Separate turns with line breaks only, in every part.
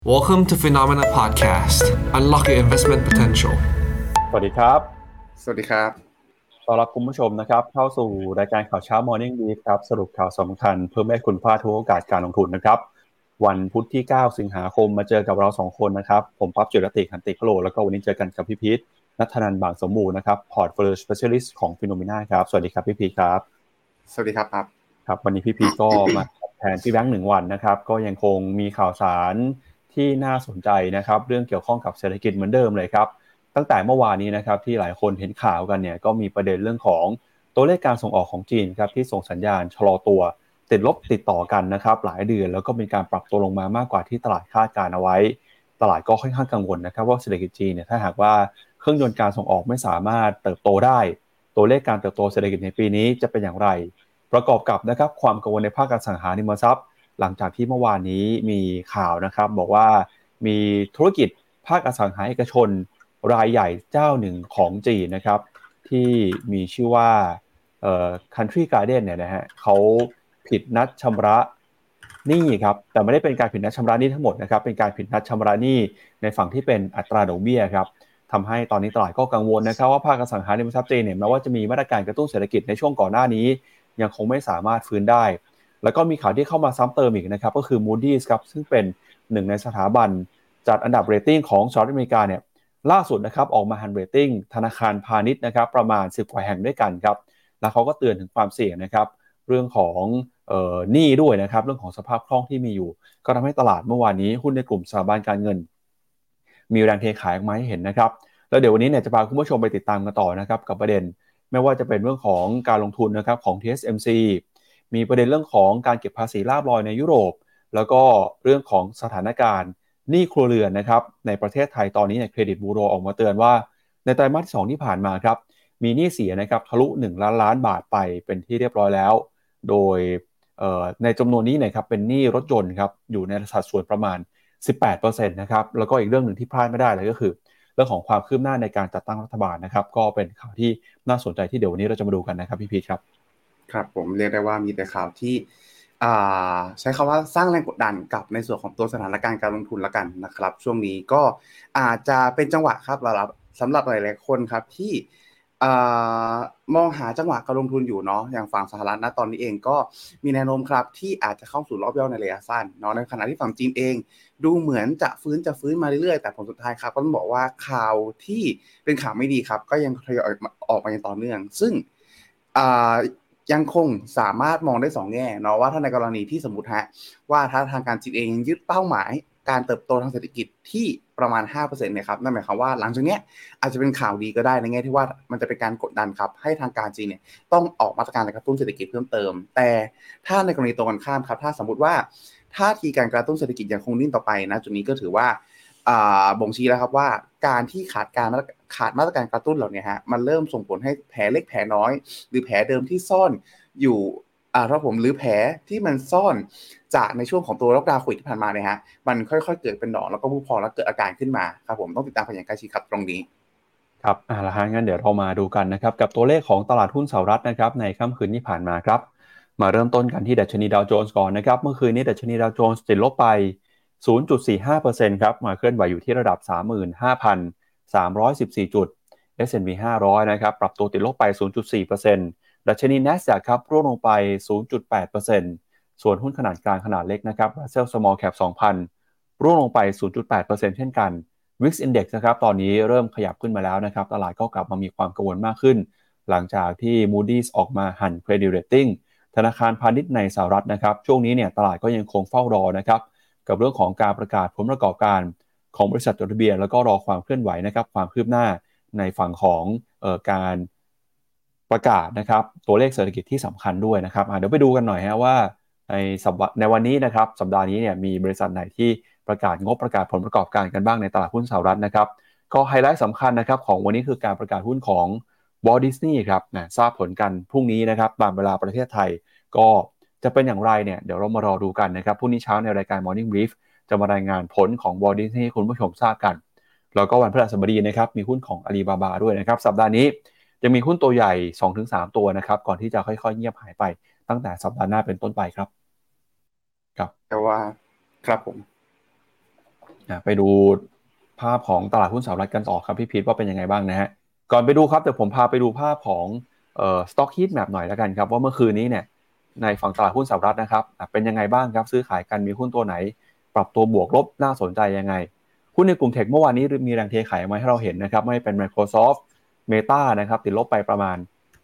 Welcome to Phenomena Podcast. Unlock your investment potential.
สวัสดีครับ
สวัสดีครับ
ต้อนรับคุณผู้ชมนะครับเข้าสู่รายการข่าวเช้า Morning Brief ครับสรุปข่าวสำคัญเพื่อให้คุณพลาดทุกโอกาสการลงทุนนะครับวันพุธที่9สิงหาคมมาเจอกับเรา2คนนะครับผมปั๊บจิรติขันติพโลแล้วก็วันนี้เจอกันกับพี่พีทณัฐนันท์บางสมบูรณ์นะครับ Portfolio Specialist ของ Phenomena ครับสวัสดีครับพี่พีทครับ
สวัสดีครับครับ
ครับวันนี้พี่พีทก็มาแทนพี่แบงค์1 วันนะครับก็ยังคงมีข่าวสารที่น่าสนใจนะครับเรื่องเกี่ยวข้องกับเศรษฐกิจเหมือนเดิมเลยครับตั้งแต่เมื่อวานนี้นะครับที่หลายคนเห็นข่าวกันเนี่ยก็มีประเด็นเรื่องของตัวเลขการส่งออกของจีนครับที่ส่งสัญญาณชะลอตัวติดลบติดต่อกันนะครับหลายเดือนแล้วก็มีการปรับตัวลงมามากกว่าที่ตลาดคาดการเอาไว้ตลาดก็ค่อนข้างกังวลนะครับว่าเศรษฐกิจจีนเนี่ยถ้าหากว่าเครื่องยนต์การส่งออกไม่สามารถเติบโตได้ตัวเลขการเติบโตเศรษฐกิจในปีนี้จะเป็นอย่างไรประกอบกับนะครับความกังวลในภาคอสังหาริมทรัพย์หลังจากที่เมื่อวานนี้มีข่าวนะครับบอกว่ามีธุรกิจภาคอสังหาริมทรัพย์เอกชนรายใหญ่เจ้าหนึ่งของจีนนะครับที่มีชื่อว่าCountry Garden เนี่ยนะฮะเขาผิดนัดชำระหนี้ครับแต่ไม่ได้เป็นการผิดนัดชำระหนี้ทั้งหมดนะครับเป็นการผิดนัดชำระหนี้ในฝั่งที่เป็นอัตราดอกเบี้ยครับทำให้ตอนนี้ตลาดก็กังวลนะครับว่าภาคอสังหาริมทรัพย์จีนเนี่ยแม้ว่าจะมีมาตรการกระตุ้นเศรษฐกิจในช่วงก่อนหน้านี้ยังคงไม่สามารถฟื้นได้แล้วก็มีข่าวที่เข้ามาซ้ำเติมอีกนะครับก็คือ Moody's ครับซึ่งเป็นหนึ่งในสถาบันจัดอันดับเรตติ้งของสหรัฐอเมริกาเนี่ยล่าสุดนะครับออกมาหันเรตติ้งธนาคารพาณิชย์นะครับประมาณ10 กว่าแห่งด้วยกันครับแล้วเขาก็เตือนถึงความเสี่ยงนะครับเรื่องของหนี้ด้วยนะครับเรื่องของสภาพคล่องที่มีอยู่ก็ทำให้ตลาดเมื่อวานนี้หุ้นในกลุ่มสถาบันการเงินมีแรงเทขายออกมาให้เห็นนะครับแล้วเดี๋ยววันนี้เนี่ยจะพาคุณผู้ชมไปติดตามกันต่อนะครับกับประเด็นไม่ว่าจะเป็นเรื่องของการลงทุนนะครับของ TSMC มีประเด็นเรื่องของการเก็บภาษีลาภลอยในยุโรปแล้วก็เรื่องของสถานการณ์หนี้ครัวเรือนนะครับในประเทศไทยตอนนี้เนี่ยเครดิตบูโรออกมาเตือนว่าในไตรมาสที่2ที่ผ่านมาครับมีหนี้เสียนะครับทะลุ1 ล้านล้านบาทไปเป็นที่เรียบร้อยแล้วโดยในจำนวนนี้นะครับเป็นหนี้รถยนต์ครับอยู่ในสัดส่วนประมาณ18%นะครับแล้วก็อีกเรื่องหนึ่งที่พลาดไม่ได้เลยก็คือเรื่องของความคืบหน้าในการจัดตั้งรัฐบาลนะครับก็เป็นข่าวที่น่าสนใจที่เดี๋ยววันนี้เราจะมาดูกันนะครับพี่พีชครับ
ครับผมเรียกได้ว่ามีแต่ข่าวที่ใช้คำว่าสร้างแรงกดดันกับในส่วนของตัวสถานการณ์การลงทุนละกันนะครับช่วงนี้ก็อาจจะเป็นจังหวะครับสำหรับหลายๆคนครับที่อ่มองหาจังหวะการลงทุนอยู่เนาะอย่างฝั่งสหรัฐณตอนนี้เองก็มีแนวโน้มครับที่อาจจะเข้าสู่รอบย่อในระยะสั้นเนาะในขณะที่ฝั่งจีนเองดูเหมือนจะฟื้นมาเรื่อยๆแต่ผลสุดท้ายครับก็ต้องบอกว่าข่าวที่เป็นข่าวไม่ดีครับก็ยังทยอยออกมาอย่างต่อเนื่องซึ่งอ่ายังคงสามารถมองได้2 แง่เนาะว่าถ้าในกรณีที่สมมุติว่าถ้าทางการจีนเองยึดเป้าหมายการเติบโตทางเศรษฐกิจที่ประมาณ 5% เนี่ยครับนั่นหมายความว่าหลังจากเนี้ยอาจจะเป็นข่าวดีก็ได้ในแง่ที่ว่ามันจะเป็นการกดดันครับให้ทางการจีนเนี่ยต้องออกมาตรการกระตุ้นเศรษฐกิจเพิ่มเติมแต่ถ้าในกรณีตรงกันข้ามครับถ้าสมมุติว่าท่าทีการกระตุ้นเศรษฐกิจยังคงนิ่งต่อไปนะจุดนี้ก็ถือว่าบ่งชี้แล้วครับว่าการที่ขาดมาตรการกระตุ้นเหล่านี้ฮะมันเริ่มส่งผลให้แผลเล็กแผลน้อยหรือแผลเดิมที่ซ่อนอยู่ครับผมหรือแผลที่มันซ่อนจากในช่วงของตัวล็อกดาวน์โควิดที่ผ่านมาเนี่ยฮะมันค่อยๆเกิดเป็นหนองแล้วก็พุพองแล้วเกิดอาการขึ้นมาครับผมต้องติดตามอย่างใกล้ชิดครับตรงนี้
ครับละฮะงั้นเดี๋ยวเรามาดูกันนะครับกับตัวเลขของตลาดหุ้นสหรัฐนะครับในค่ำคืนที่ผ่านมาครับมาเริ่มต้นกันที่ดัชนีดาวโจนส์ก่อนนะครับเมื่อคืนนี้ดัชนีดาวโจนส์ติดลบไป 0.45% ครับมาเคลื่อนไหวอยู่ที่ระดับ 35,314 จุด S&P 500นะครับปรับตัวติดลบไป 0.4%ดัชนี NASDAQ ครับร่วงลงไป 0.8%ส่วนหุ้นขนาดกลางขนาดเล็กนะครับ Russell Small Cap 2,000ร่วงลงไป 0.8% เช่นกัน VIX Index นะครับตอนนี้เริ่มขยับขึ้นมาแล้วนะครับตลาดก็กลับมามีความกังวลมากขึ้นหลังจากที่ Moody's ออกมาหั่น Credit Rating ธนาคารพาณิชย์ในสหรัฐนะครับช่วงนี้เนี่ยตลาดก็ยังคงเฝ้ารอนะครับกับเรื่องของการประกาศผลประกอบการของบริษัทจดทะเบียนแล้วก็รอความเคลื่อนไหวนะครับความคืบหน้าในฝั่งของการประกาศนะครับตัวเลขเศรษฐกิจที่สำคัญด้วยนะครับเดี๋ยวไปดูกันหน่อยฮะว่าในวันนี้นะครับสัปดาห์นี้เนี่ยมีบริษัทไหนที่ประกาศงบประกาศผลประกอบการกันบ้างในตลาดหุ้นสหรัฐนะครับก็ไฮไลท์สำคัญนะครับของวันนี้คือการประกาศหุ้นของวอลต์ดิสนีย์ครับทราบผลกันพรุ่งนี้นะครับตามเวลาประเทศไทยก็จะเป็นอย่างไรเนี่ยเดี๋ยวเรามารอดูกันนะครับพรุ่งนี้เช้าในรายการ Morning Brief จะมารายงานผลของวอลต์ดิสนีย์ให้คุณผู้ชมทราบกันแล้วก็วันพฤหัสบดีนะครับมีหุ้นของอาลีบาบาด้วยนะครับสัปดาห์นี้จะมีหุ้นตัวใหญ่ 2-3 ตัวนะครับก่อนที่จะค่อยๆเงียบหายไปตั้งแต่สัปดาห์หน้าเป็นต้นไปครับ
แต่ว่าครับผม
ไปดูภาพของตลาดหุ้นสหรัฐกันต่อครับพี่พีทว่าเป็นยังไงบ้างนะฮะก่อนไปดูครับเดี๋ยวผมพาไปดูภาพของstock heat map หน่อยแล้วกันครับว่าเมื่อคืนนี้เนี่ยในฝั่งตลาดหุ้นสหรัฐนะครับเป็นยังไงบ้างครับซื้อขายกันมีหุ้นตัวไหนปรับตัวบวกลบน่าสนใจยังไงหุ้นในกลุ่มเทคเมื่อวานนี้มีแรงเทขายมาให้เราเห็นนะครับไม่เป็น Microsoft Meta นะครับติดลบไปประมาณ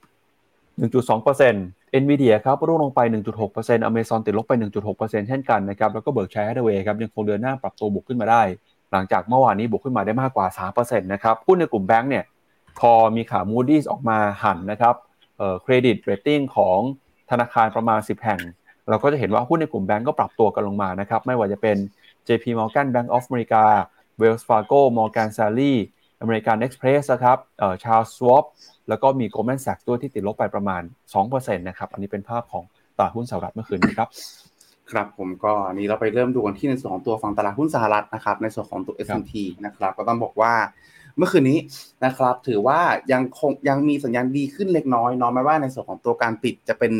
1.2% Nvidia ครับร่วงลงไป 1.6% Amazon ติดลบไป 1.6% เช่นกันนะครับแล้วก็ Berkshire Hathaway ครับยังคงเดินหน้าปรับตัวบวกขึ้นมาได้หลังจากเมื่อวานนี้บวกขึ้นมาได้มากกว่า 3% นะครับหุ้นในกลุ่มแบงก์เนี่ยพอมีข่าว Moody's ออกมาหั่นนะครับเครดิตเรตติ้งของธนาคารประมาณ10แห่งเราก็จะเห็นว่าหุ้นในกลุ่มแบงก์ก็ปรับตัวกันลงมานะครับไม่ว่าจะเป็น JP Morgan Bank of America Wells Fargo Morgan Stanley American Express นะครับCharles Schwab แล้วก็มี Goldman Sachs ด้วยที่ติดลบไปประมาณ 2% นะครับอันนี้เป็นภาพของตลาดหุ้นสหรัฐเมื่อคืนนี้ครับ
ครับผมก็นี้เราไปเริ่มดูกันที่ในส่วนของตัวฝั่งตลาดหุ้นสหรัฐนะครับในส่วนของตัว S&P นะครับก็ต้องบอกว่าเมื่อคืนนี้นะครับถือว่ายังมีสัญญาณดีขึ้นเล็กน้อยแม้ว่าในส่วนของตัวการปิดจะเป็น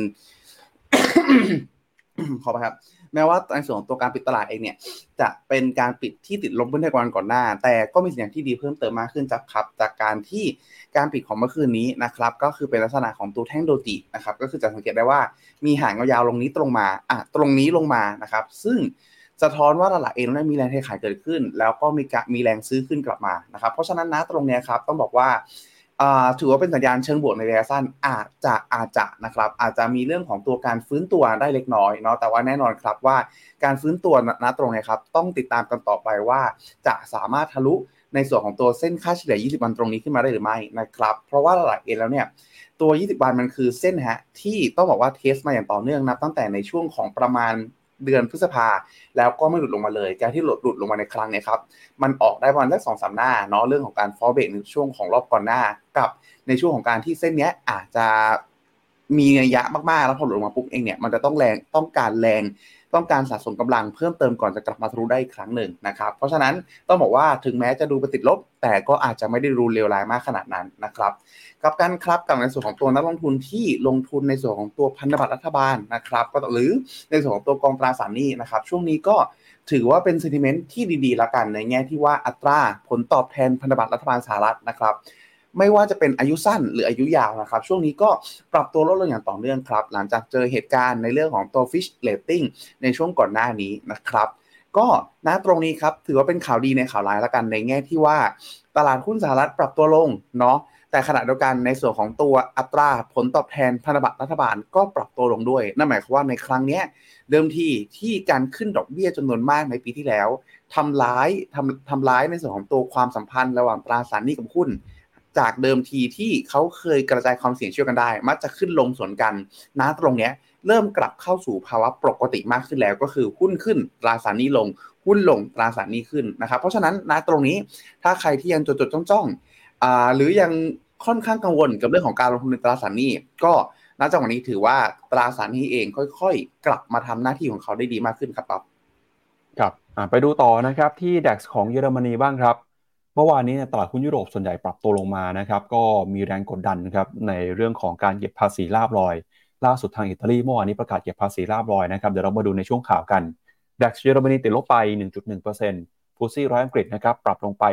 ขอไปครับแม้ว่าในส่วนของตัวการปิดตลาดเองเนี่ยจะเป็นการปิดที่ติดลบเมื่อวันก่อนหน้าแต่ก็มีสัญญาณที่ดีเพิ่มเติมมากขึ้นจากการที่การปิดของเมื่อคืนนี้นะครับก็คือเป็นลักษณะของตัวแท่งโดจินะครับก็คือจะสังเกตได้ว่ามีหางยาวๆลงนี้ตรงมาตรงนี้ลงมานะครับซึ่งสะท้อนว่าตลาดเองนั้นมีแรงเทขายเกิดขึ้นแล้วก็มีแรงซื้อขึ้นกลับมานะครับเพราะฉะนั้นนะตรงนี้ครับต้องบอกว่าถือว่าเป็นสัญญาณเชิงบวกในระยะสั้นอาจจะนะครับอาจจะมีเรื่องของตัวการฟื้นตัวได้เล็กน้อยเนาะแต่ว่าแน่นอนครับว่าการฟื้นตัวณตรงนี้ครับต้องติดตามกันต่อไปว่าจะสามารถทะลุในส่วนของตัวเส้นค่าเฉลี่ย20วันตรงนี้ขึ้นมาได้หรือไม่นะครับเพราะว่าหลักเองแล้วเนี่ยตัว20วันมันคือเส้นที่ต้องบอกว่าเทสมาอย่างต่อเนื่องนับตั้งแต่ในช่วงของประมาณเดือนพฤษภาแล้วก็ไม่หลุดลงมาเลยการที่หลุดลงมาในครั้งนี้ครับมันออกได้ประมาณสัก 2-3 หน้าเนาะเรื่องของการฟอลเบรกในช่วงของรอบก่อนหน้ากับในช่วงของการที่เส้นนี้อาจจะมีนัยยะมากๆแล้วพอหลุดลงมาปุ๊บเองเนี่ยมันจะต้องการสะสมกำลังเพิ่มเติมก่อนจะกลับมาทะลุได้อีกครั้งหนึ่งนะครับเพราะฉะนั้นต้องบอกว่าถึงแม้จะดูเป็นติดลบแต่ก็อาจจะไม่ได้ดูเลวร้ายมากขนาดนั้นนะครับกับการครับกับในส่วนของตัวนักลงทุนที่ลงทุนในส่วนของตัวพันธบัตรรัฐบาลนะครับก็หรือในส่วนของตัวกองตราสารหนี้นะครับช่วงนี้ก็ถือว่าเป็นเซนติเมนต์ที่ดีๆละกันในแง่ที่ว่าอัตราผลตอบแทนพันธบัตรรัฐบาลสหรัฐนะครับไม่ว่าจะเป็นอายุสั้นหรืออายุยาวนะครับช่วงนี้ก็ปรับตัวลดลงอย่างต่อเนื่องครับหลังจากเจอเหตุการณ์ในเรื่องของตัว Fitch Rating ในช่วงก่อนหน้านี้นะครับก็ณตรงนี้ครับถือว่าเป็นข่าวดีในข่าวร้ายละกันในแง่ที่ว่าตลาดหุ้นสหรัฐปรับตัวลงเนาะแต่ขณะเดียวกันในส่วนของตัวอัตราผลตอบแทนพันธบัตรรัฐบาลก็ปรับตัวลงด้วยนั่นหมายความว่าในครั้งนี้เดิมที่การขึ้นดอกเบี้ยจำนวนมากในปีที่แล้วทำร้ายในส่วนของตัวความสัมพันธ์ระหว่างตราสารหนี้กับหุ้นจากเดิมทีที่เขาเคยกระจายความเสี่ยงเชื่อกันได้มักจะขึ้นลงสวนกันนะตรงเนี้ยเริ่มกลับเข้าสู่ภาวะปกติมากขึ้นแล้วก็คือหุ้นขึ้นตราสารหนี้ลงหุ้นลงตราสารหนี้ขึ้นนะครับเพราะฉะนั้นนะตรงนี้ถ้าใครที่ยังจดจ้องหรือยังค่อนข้างกังวลกับเรื่องของการลงทุนในตราสารหนี้ก็ณจังหวะนี้ถือว่าตราสารหนี้เองค่อยๆกลับมาทำหน้าที่ของเขาได้ดีมากขึ้นครับป๊อป
ครับไปดูต่อนะครับที่ DAX ของเยอรมนีบ้างครับเมื่อวานนี้ตลาดหุ้นยุโรปส่วนใหญ่ปรับตัวลงมานะครับก็มีแรงกดดันครับในเรื่องของการเก็บภาษีลาภลอยล่าสุดทางอิตาลีเมื่อวานนี้ประกาศเก็บภาษีลาภลอยนะครับเดี๋ยวเรามาดูในช่วงข่าวกัน DAX เยอรมนีติดลบไป 1.1% ฟุตซี่100อังกฤษนะครับปรับลงไป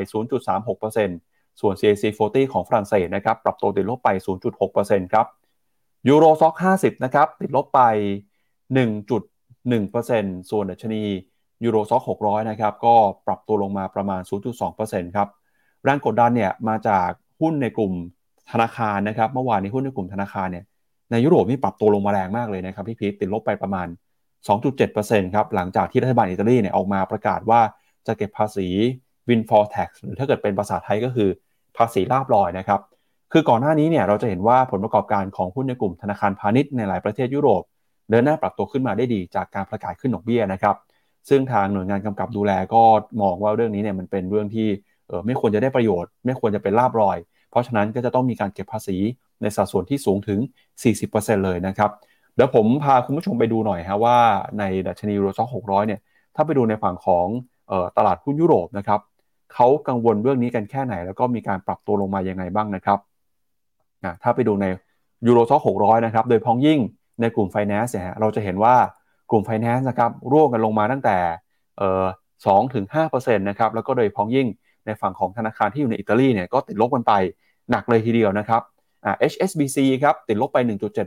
0.36%ส่วน CAC 40ของฝรั่งเศสนะครับปรับตัวติดลบไป 0.6% ครับยูโรซ็อก50นะครับติดลบไป 1.1% ส่วนดัชนียูโรซ็อก600นะครับก็ปรับตัวลงมาประมาณ 0.2% ครับแรงกดดันเนี่ยมาจากหุ้นในกลุ่มธนาคารนะครับเมื่อวานนี้หุ้นในกลุ่มธนาคารเนี่ยในยุโรปนี่ปรับตัวลงมาแรงมากเลยนะครับพี่พีทติดลบไปประมาณ 2.7% ครับหลังจากที่รัฐบาลอิตาลีเนี่ยออกมาประกาศว่าจะเก็บภาษี windfall tax หรือถ้าเกิดเป็นภาษาไทยก็คือภาษีลาภลอยนะครับคือก่อนหน้านี้เนี่ยเราจะเห็นว่าผลประกอบการของหุ้นในกลุ่มธนาคารพาณิชย์ในหลายประเทศยุโรปเดินหน้าปรับตัวขึ้นมาได้ดีจากการประกาศขึ้นดอกเบี้ยนะครับซึ่งทางหน่วยงานกำกับดูแลก็มองว่าเรื่องนี้เนี่ยมันเป็นเรื่องที่ไม่ควรจะได้ประโยชน์ไม่ควรจะเป็นลาภลอยเพราะฉะนั้นก็จะต้องมีการเก็บภาษีในสัดส่วนที่สูงถึง 40% เลยนะครับเดี๋ยวผมพาคุณผู้ชมไปดูหน่อยฮะว่าในดัชนียูโรซ็อก600เนี่ยถ้าไปดูในฝั่งของตลาดหุ้นยุโรปนะครับเขากังวลเรื่องนี้กันแค่ไหนแล้วก็มีการปรับตัวลงมายังไงบ้างนะครับถ้าไปดูในยูโรซ็อก600นะครับโดยพ้องยิ่งในกลุ่ม Finance เนี่ยเราจะเห็นว่ากลุ่ม Finance นะครับร่วงกันลงมาตั้งแต่ 2-5% นะครับแล้วก็โดยเฉพาะยิ่งในฝั่งของธนาคารที่อยู่ในอิตาลีเนี่ยก็ติดลบกันไปหนักเลยทีเดียวนะครับHSBC ครับติดลบไป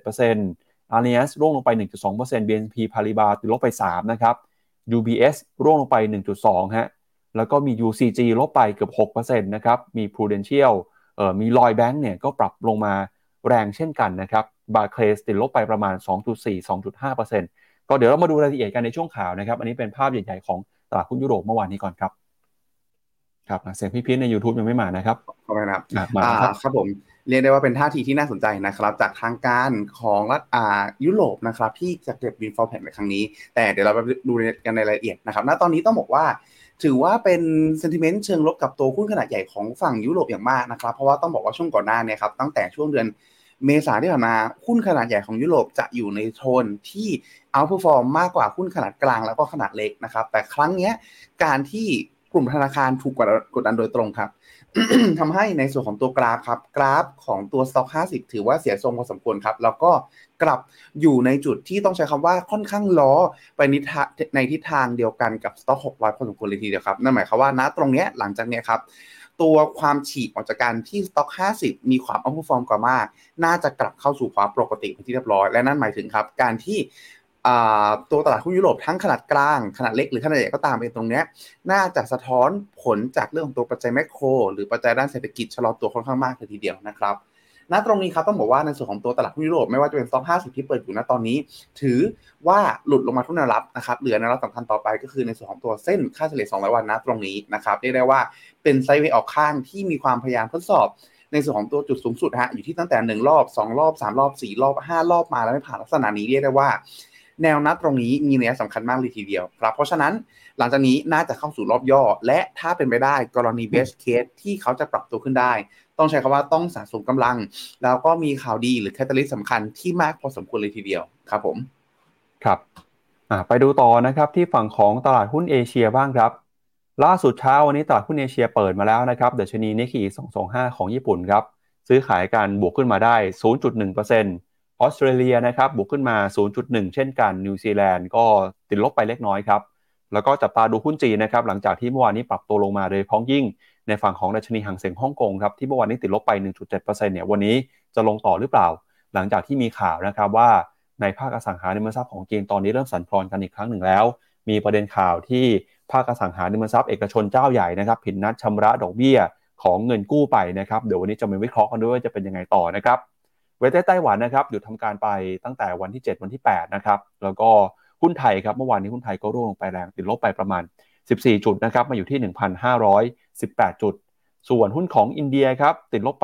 1.7% Allianz ร่วงลงไป 1.2% BNP Paribas ติดลบไป3นะครับ UBS ร่วงลงไป 1.2 ฮะแล้วก็มี UCG ลบไปเกือบ 6% นะครับมี Prudential มี Lloyds Bank เนี่ยก็ปรับลงมาแรงเช่นกันนะครับ Barclays ติดลบไปประมาณ 2.4-2.5% ก็เดี๋ยวเรามาดูรายละเอียดกันในช่วงข่าวนะครับอันนี้เป็นภาพใหญ่ๆของตลาดหุ้นยุโรปเมื่อวานนี้ก่อนครับครับเสียงพี่พีชใน YouTube ยังไม่มานะครับ
ขอบคุณครับ
มาครับ
ครับผมเรียกได้ว่าเป็นท่าทีที่น่าสนใจนะครับจากทางการของรัฐยุโรปนะครับที่จะเก็บ windfall tax ในครั้งนี้แต่เดี๋ยวเราไปดูกันในรายละเอียดนะครับณตอนนี้ต้องบอกว่าถือว่าเป็น sentiment เชิงลบกับตัวหุ้นขนาดใหญ่ของฝั่งยุโรปอย่างมากนะครับเพราะว่าต้องบอกว่าช่วงก่อนหน้าเนี่ยครับตั้งแต่ช่วงเดือนเมษาที่ผ่านมาหุ้นขนาดใหญ่ของยุโรปจะอยู่ในโทนที่ outperform มากกว่าหุ้นขนาดกลางแล้วก็ขนาดเล็กนะครับแต่ครั้งนี้การที่กลุ่มธนาคารถูกกดดันโดยตรงครับ ทำให้ในส่วนของตัวกราฟครับกราฟของตัว Stock 50ถือว่าเสียทรงพอสมควรครับแล้วก็กลับอยู่ในจุดที่ต้องใช้คำว่าค่อนข้างล้อไปในทิศทางเดียวกันกับ Stock 600พอสมควรเลยทีเดียวครับนั่นหมายความว่าณตรงนี้หลังจากนี้ครับตัวความฉีกออกจากการที่ Stock 50มีความoutperform กว่ามากน่าจะกลับเข้าสู่ความปกติเป็นที่เรียบร้อยและนั่นหมายถึงครับการที่ตัวตลาดหุ้นยุโรปทั้งขนาดกลางขนาดเล็กหรือขนาดใหญ่ก็ตามเป็นตรงนี้น่าจะสะท้อนผลจากเรื่องของตัวปัจจัยแมคโครหรือปัจจัยด้านเศรษฐกิจชะลอตัวค่อนข้างมากเลยทีเดียวนะครับณตรงนี้ครับต้องบอกว่าในส่วนของตัวตลาดหุ้นยุโรปไม่ว่าจะเป็น Stock 50ที่เปิดอยู่ณตอนนี้ถือว่าหลุดลงมาทุกแนวรับนะครับเหลือแนวรับสำคัญต่อไปก็คือในส่วนของตัวเส้นค่าเฉลี่ย200วันณตรงนี้นะครับเรียกได้ว่าเป็นไซด์เวย์ออกข้างที่มีความพยายามทดสอบในส่วนของตัวจุดสูงสุดฮะอยู่ที่ตั้งแต่1รอบ2รอบ3รอบ4รอบ5รอบมาแล้วไม่ผ่านลักษณะนี้เรียกได้ว่าแนวนัดตรงนี้มีนัยสำคัญมากเลยทีเดียวครับเพราะฉะนั้นหลังจากนี้น่าจะเข้าสู่รอบย่อและถ้าเป็นไปได้กรณี best case ที่เขาจะปรับตัวขึ้นได้ต้องใช้คำว่าต้องสะสมกำลังแล้วก็มีข่าวดีหรือ catalyst สำคัญที่มากพอสมควรเลยทีเดียวครับผม
ครับไปดูต่อนะครับที่ฝั่งของตลาดหุ้นเอเชียบ้างครับล่าสุดเช้าวันนี้ตลาดหุ้นเอเชียเปิดมาแล้วนะครับดัชนีนิกเกิ225ของญี่ปุ่นครับซื้อขายการบวกขึ้นมาได้ 0.1%ออสเตรเลียนะครับบวกขึ้นมา 0.1 เช่นกันนิวซีแลนด์ก็ติดลบไปเล็กน้อยครับแล้วก็จับตาดูหุ้นจีนนะครับหลังจากที่เมื่อวานนี้ปรับตัวลงมาโดยเฉพาะยิ่งในฝั่งของดัชนีหางเส็งฮ่องกงครับที่เมื่อวานนี้ติดลบไป 1.7% เนี่ยวันนี้จะลงต่อหรือเปล่าหลังจากที่มีข่าวนะครับว่าในภาคอสังหาริมทรัพย์ของจีนตอนนี้เริ่มสั่นคลอนกันอีกครั้งหนึ่งแล้วมีประเด็นข่าวที่ภาคอสังหาริมทรัพย์เอกชนเจ้าใหญ่นะครับผิดนัดชำระดอกเบี้ยของเงินกู้ไปนะครับเดี๋ยววันนี้จะมาวิเคราะห์กันด้วยว่าจะเป็นยังไงต่อนะครับเวทไต้หวันนะครับหยุดทำการไปตั้งแต่วันที่7วันที่8นะครับแล้วก็หุ้นไทยครับเมื่อวานนี้หุ้นไทยก็ร่วงลงไปแรงติดลบไปประมาณ14จุดนะครับมาอยู่ที่ 1,518 จุดส่วนหุ้นของอินเดียครับติดลบไป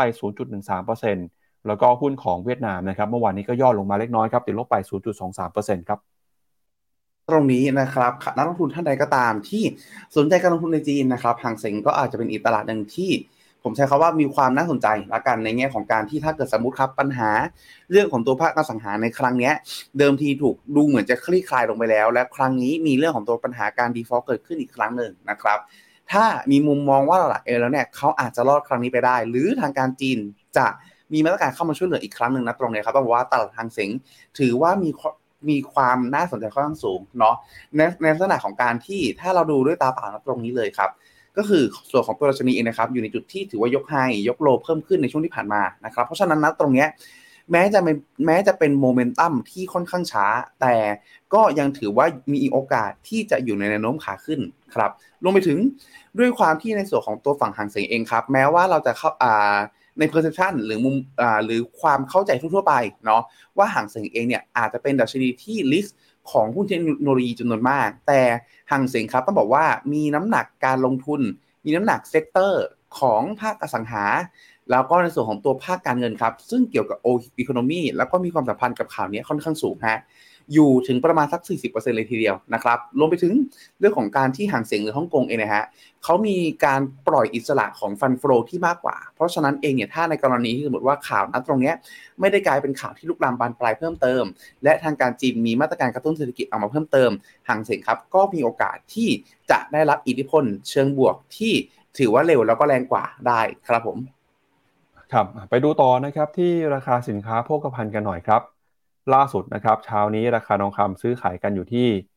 0.13%แล้วก็หุ้นของเวียดนามนะครับเมื่อวานนี้ก็ย่อลงมาเล็กน้อยครับติดลบไป 0.23% ครับ
ตรงนี้นะครับนักลงทุนท่านใดก็ตามที่สนใจการลงทุนในจีนนะครับหางเส็งก็อาจจะเป็นอีกตลาดหนึ่งที่ผมใช้คำว่ามีความน่าสนใจละกันในแง่ของการที่ถ้าเกิดสมมุติครับปัญหาเรื่องของตัวภาคอสังหาในครั้งนี้เดิมทีถูกดูเหมือนจะคลี่คลายลงไปแล้วและครั้งนี้มีเรื่องของตัวปัญหาการ default เกิดขึ้นอีกครั้งหนึ่งนะครับถ้ามีมุมมองว่าหลักแล้วเนี่ยเขาอาจจะรอดครั้งนี้ไปได้หรือทางการจีนจะมีมาตรการเข้ามาช่วยเหลืออีกครั้งหนึ่งนะตรงนี้ครับต้องบอกว่าตลาดหางเส็งถือว่ามีความน่าสนใจค่อนข้างสูงเนาะในลักษณะของการที่ถ้าเราดูด้วยตาเปล่าตรงนี้เลยครับก็คือส่วนของตัวดัชนีเองนะครับอยู่ในจุดที่ถือว่ายกไฮยกโลเพิ่มขึ้นในช่วงที่ผ่านมานะครับเพราะฉะนั้นตรงนี้แม้จะเป็นโมเมนตัมที่ค่อนข้างช้าแต่ก็ยังถือว่ามีโอกาสที่จะอยู่ในแนวโน้มขาขึ้นครับรวมไปถึงด้วยความที่ในส่วนของตัวฝั่งหางเส็งเองครับแม้ว่าเราจะเข้าใน perception หรือมุมหรือความเข้าใจทั่วๆไปเนาะว่าหางเส็งเองเนี่ยอาจจะเป็นดัชนีที่ list ของหุ้นเทคโนโลยีจำนวนมากแต่หางเส็งครับต้องบอกว่ามีน้ำหนักการลงทุนมีน้ำหนักเซกเตอร์ของภาคอสังหาแล้วก็ในส่วนของตัวภาคการเงินครับซึ่งเกี่ยวกับอีโคโนมีแล้วก็มีความสัมพันธ์กับข่าวนี้ค่อนข้างสูงฮะอยู่ถึงประมาณสัก 40% เลยทีเดียวนะครับรวมไปถึงเรื่องของการที่หางเส็งหรือฮ่องกงเองนะฮะเขามีการปล่อยอิสระของฟันโฟลที่มากกว่าเพราะฉะนั้นเองเนี่ยถ้าในกรณีที่สมมติว่าข่าวนั้นตรงนี้ไม่ได้กลายเป็นข่าวที่ลุกลามบานปลายเพิ่มเติมและทางการจีนมีมาตรการกระตุ้นเศรษฐกิจออกมาเพิ่มเติมหางเส็งครับก็มีโอกาสที่จะได้รับอิทธิพลเชิงบวกที่ถือว่าเร็วแล้วก็แรงกว่าได้ครับผม
ครับไปดูต่อนะครับที่ราคาสินค้าโภคภัณฑ์กันหน่อยครับล่าสุดนะครับเช้านี้ราคาทองคำซื้อขายกันอยู่ที่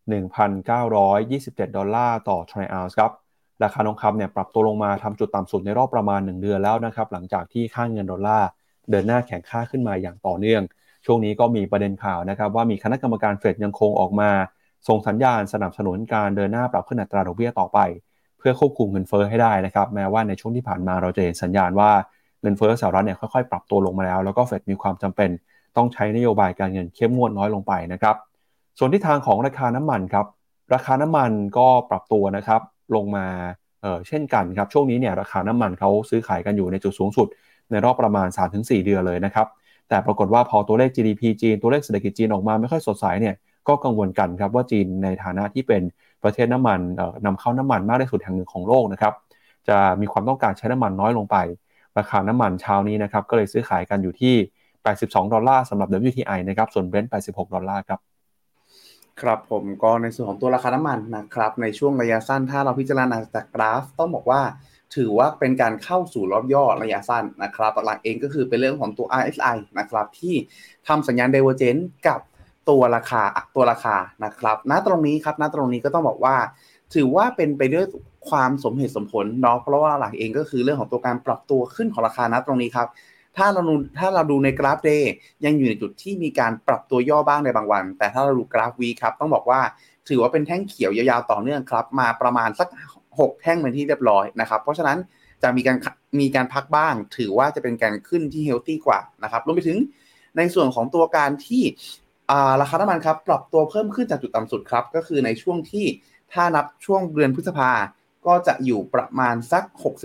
$1,927 ต่อทรัลล์ออนซ์ครับราคาทองคำเนี่ยปรับตัวลงมาทำจุดต่ำสุดในรอบประมาณ1เดือนแล้วนะครับหลังจากที่ค่าเงินดอลลาร์เดินหน้าแข็งค่าขึ้นมาอย่างต่อเนื่องช่วงนี้ก็มีประเด็นข่าวนะครับว่ามีคณะกรรมการเฟดยังคงออกมาส่งสัญญาณสนับสนุนการเดินหน้าปรับขึ้นอัตราดอกเบี้ยต่อไปเพื่อควบคุมเงินเฟ้อให้ได้นะครับแม้ว่าในช่วงที่ผ่านมาเราจะเห็นสัญญาณว่าเงินเฟ้อสหรัฐเนี่ยค่อยๆปรับตัวลงมาแล้วก็เฟดมีความจำเป็นต้องใช้นโยบายการเงินเข้มงวดน้อยลงไปนะครับส่วนที่ทางของราคาน้ำมันครับราคาน้ำมันก็ปรับตัวนะครับลงมาเช่นกันครับช่วงนี้เนี่ยราคาน้ำมันเขาซื้อขายกันอยู่ในจุดสูงสุดในรอบประมาณ 3-4 เดือนเลยนะครับแต่ปรากฏว่าพอตัวเลข GDP จีนตัวเลขเศรษฐกิจจีนออกมาไม่ค่อยสดใสเนี่ยก็กังวลกันครับว่าจีนในฐานะที่เป็นประเทศน้ำมันนำเข้าน้ำมันมากที่สุดแห่งหนึ่งของโลกนะครับจะมีความต้องการใช้น้ำมันน้อยลงไปราคาน้ำมันเช้านี้นะครับก็เลยซื้อขายกันอยู่ที่$82สำหรับ WTI นะครับส่วน Brent $86ครับ
ครับผมก็ในส่วนของตัวราคาน้ำมันนะครับในช่วงระยะสั้นถ้าเราพิจารณาจากกราฟต้องบอกว่าถือว่าเป็นการเข้าสู่รอบย่อระยะสั้นนะครับหลักๆเองก็คือเป็นเรื่องของตัว RSI นะครับที่ทำสัญญาณ Divergence กับตัวราคานะครับณตรงนี้ครับณตรงนี้ก็ต้องบอกว่าถือว่าเป็นไปด้วยความสมเหตุสมผลเนาะเพราะว่าหลักเองก็คือเรื่องของตัวการปรับตัวขึ้นของราคาณตรงนี้ครับถ้าเราดูในกราฟ Day ยังอยู่ในจุดที่มีการปรับตัวย่อบ้างในบางวันแต่ถ้าเราดูกราฟ Week ครับต้องบอกว่าถือว่าเป็นแท่งเขียวยาวๆต่อเนื่องครับมาประมาณสัก6แท่งเป็นที่เรียบร้อยนะครับเพราะฉะนั้นจะมีการพักบ้างถือว่าจะเป็นการขึ้นที่เฮลตี้กว่านะครับรวมไปถึงในส่วนของตัวการที่ราคาน้ำมันครับปรับตัวเพิ่มขึ้นจากจุดต่ำสุดครับก็คือในช่วงที่ถ้านับช่วงเดือนพฤษภาก็จะอยู่ประมาณสัก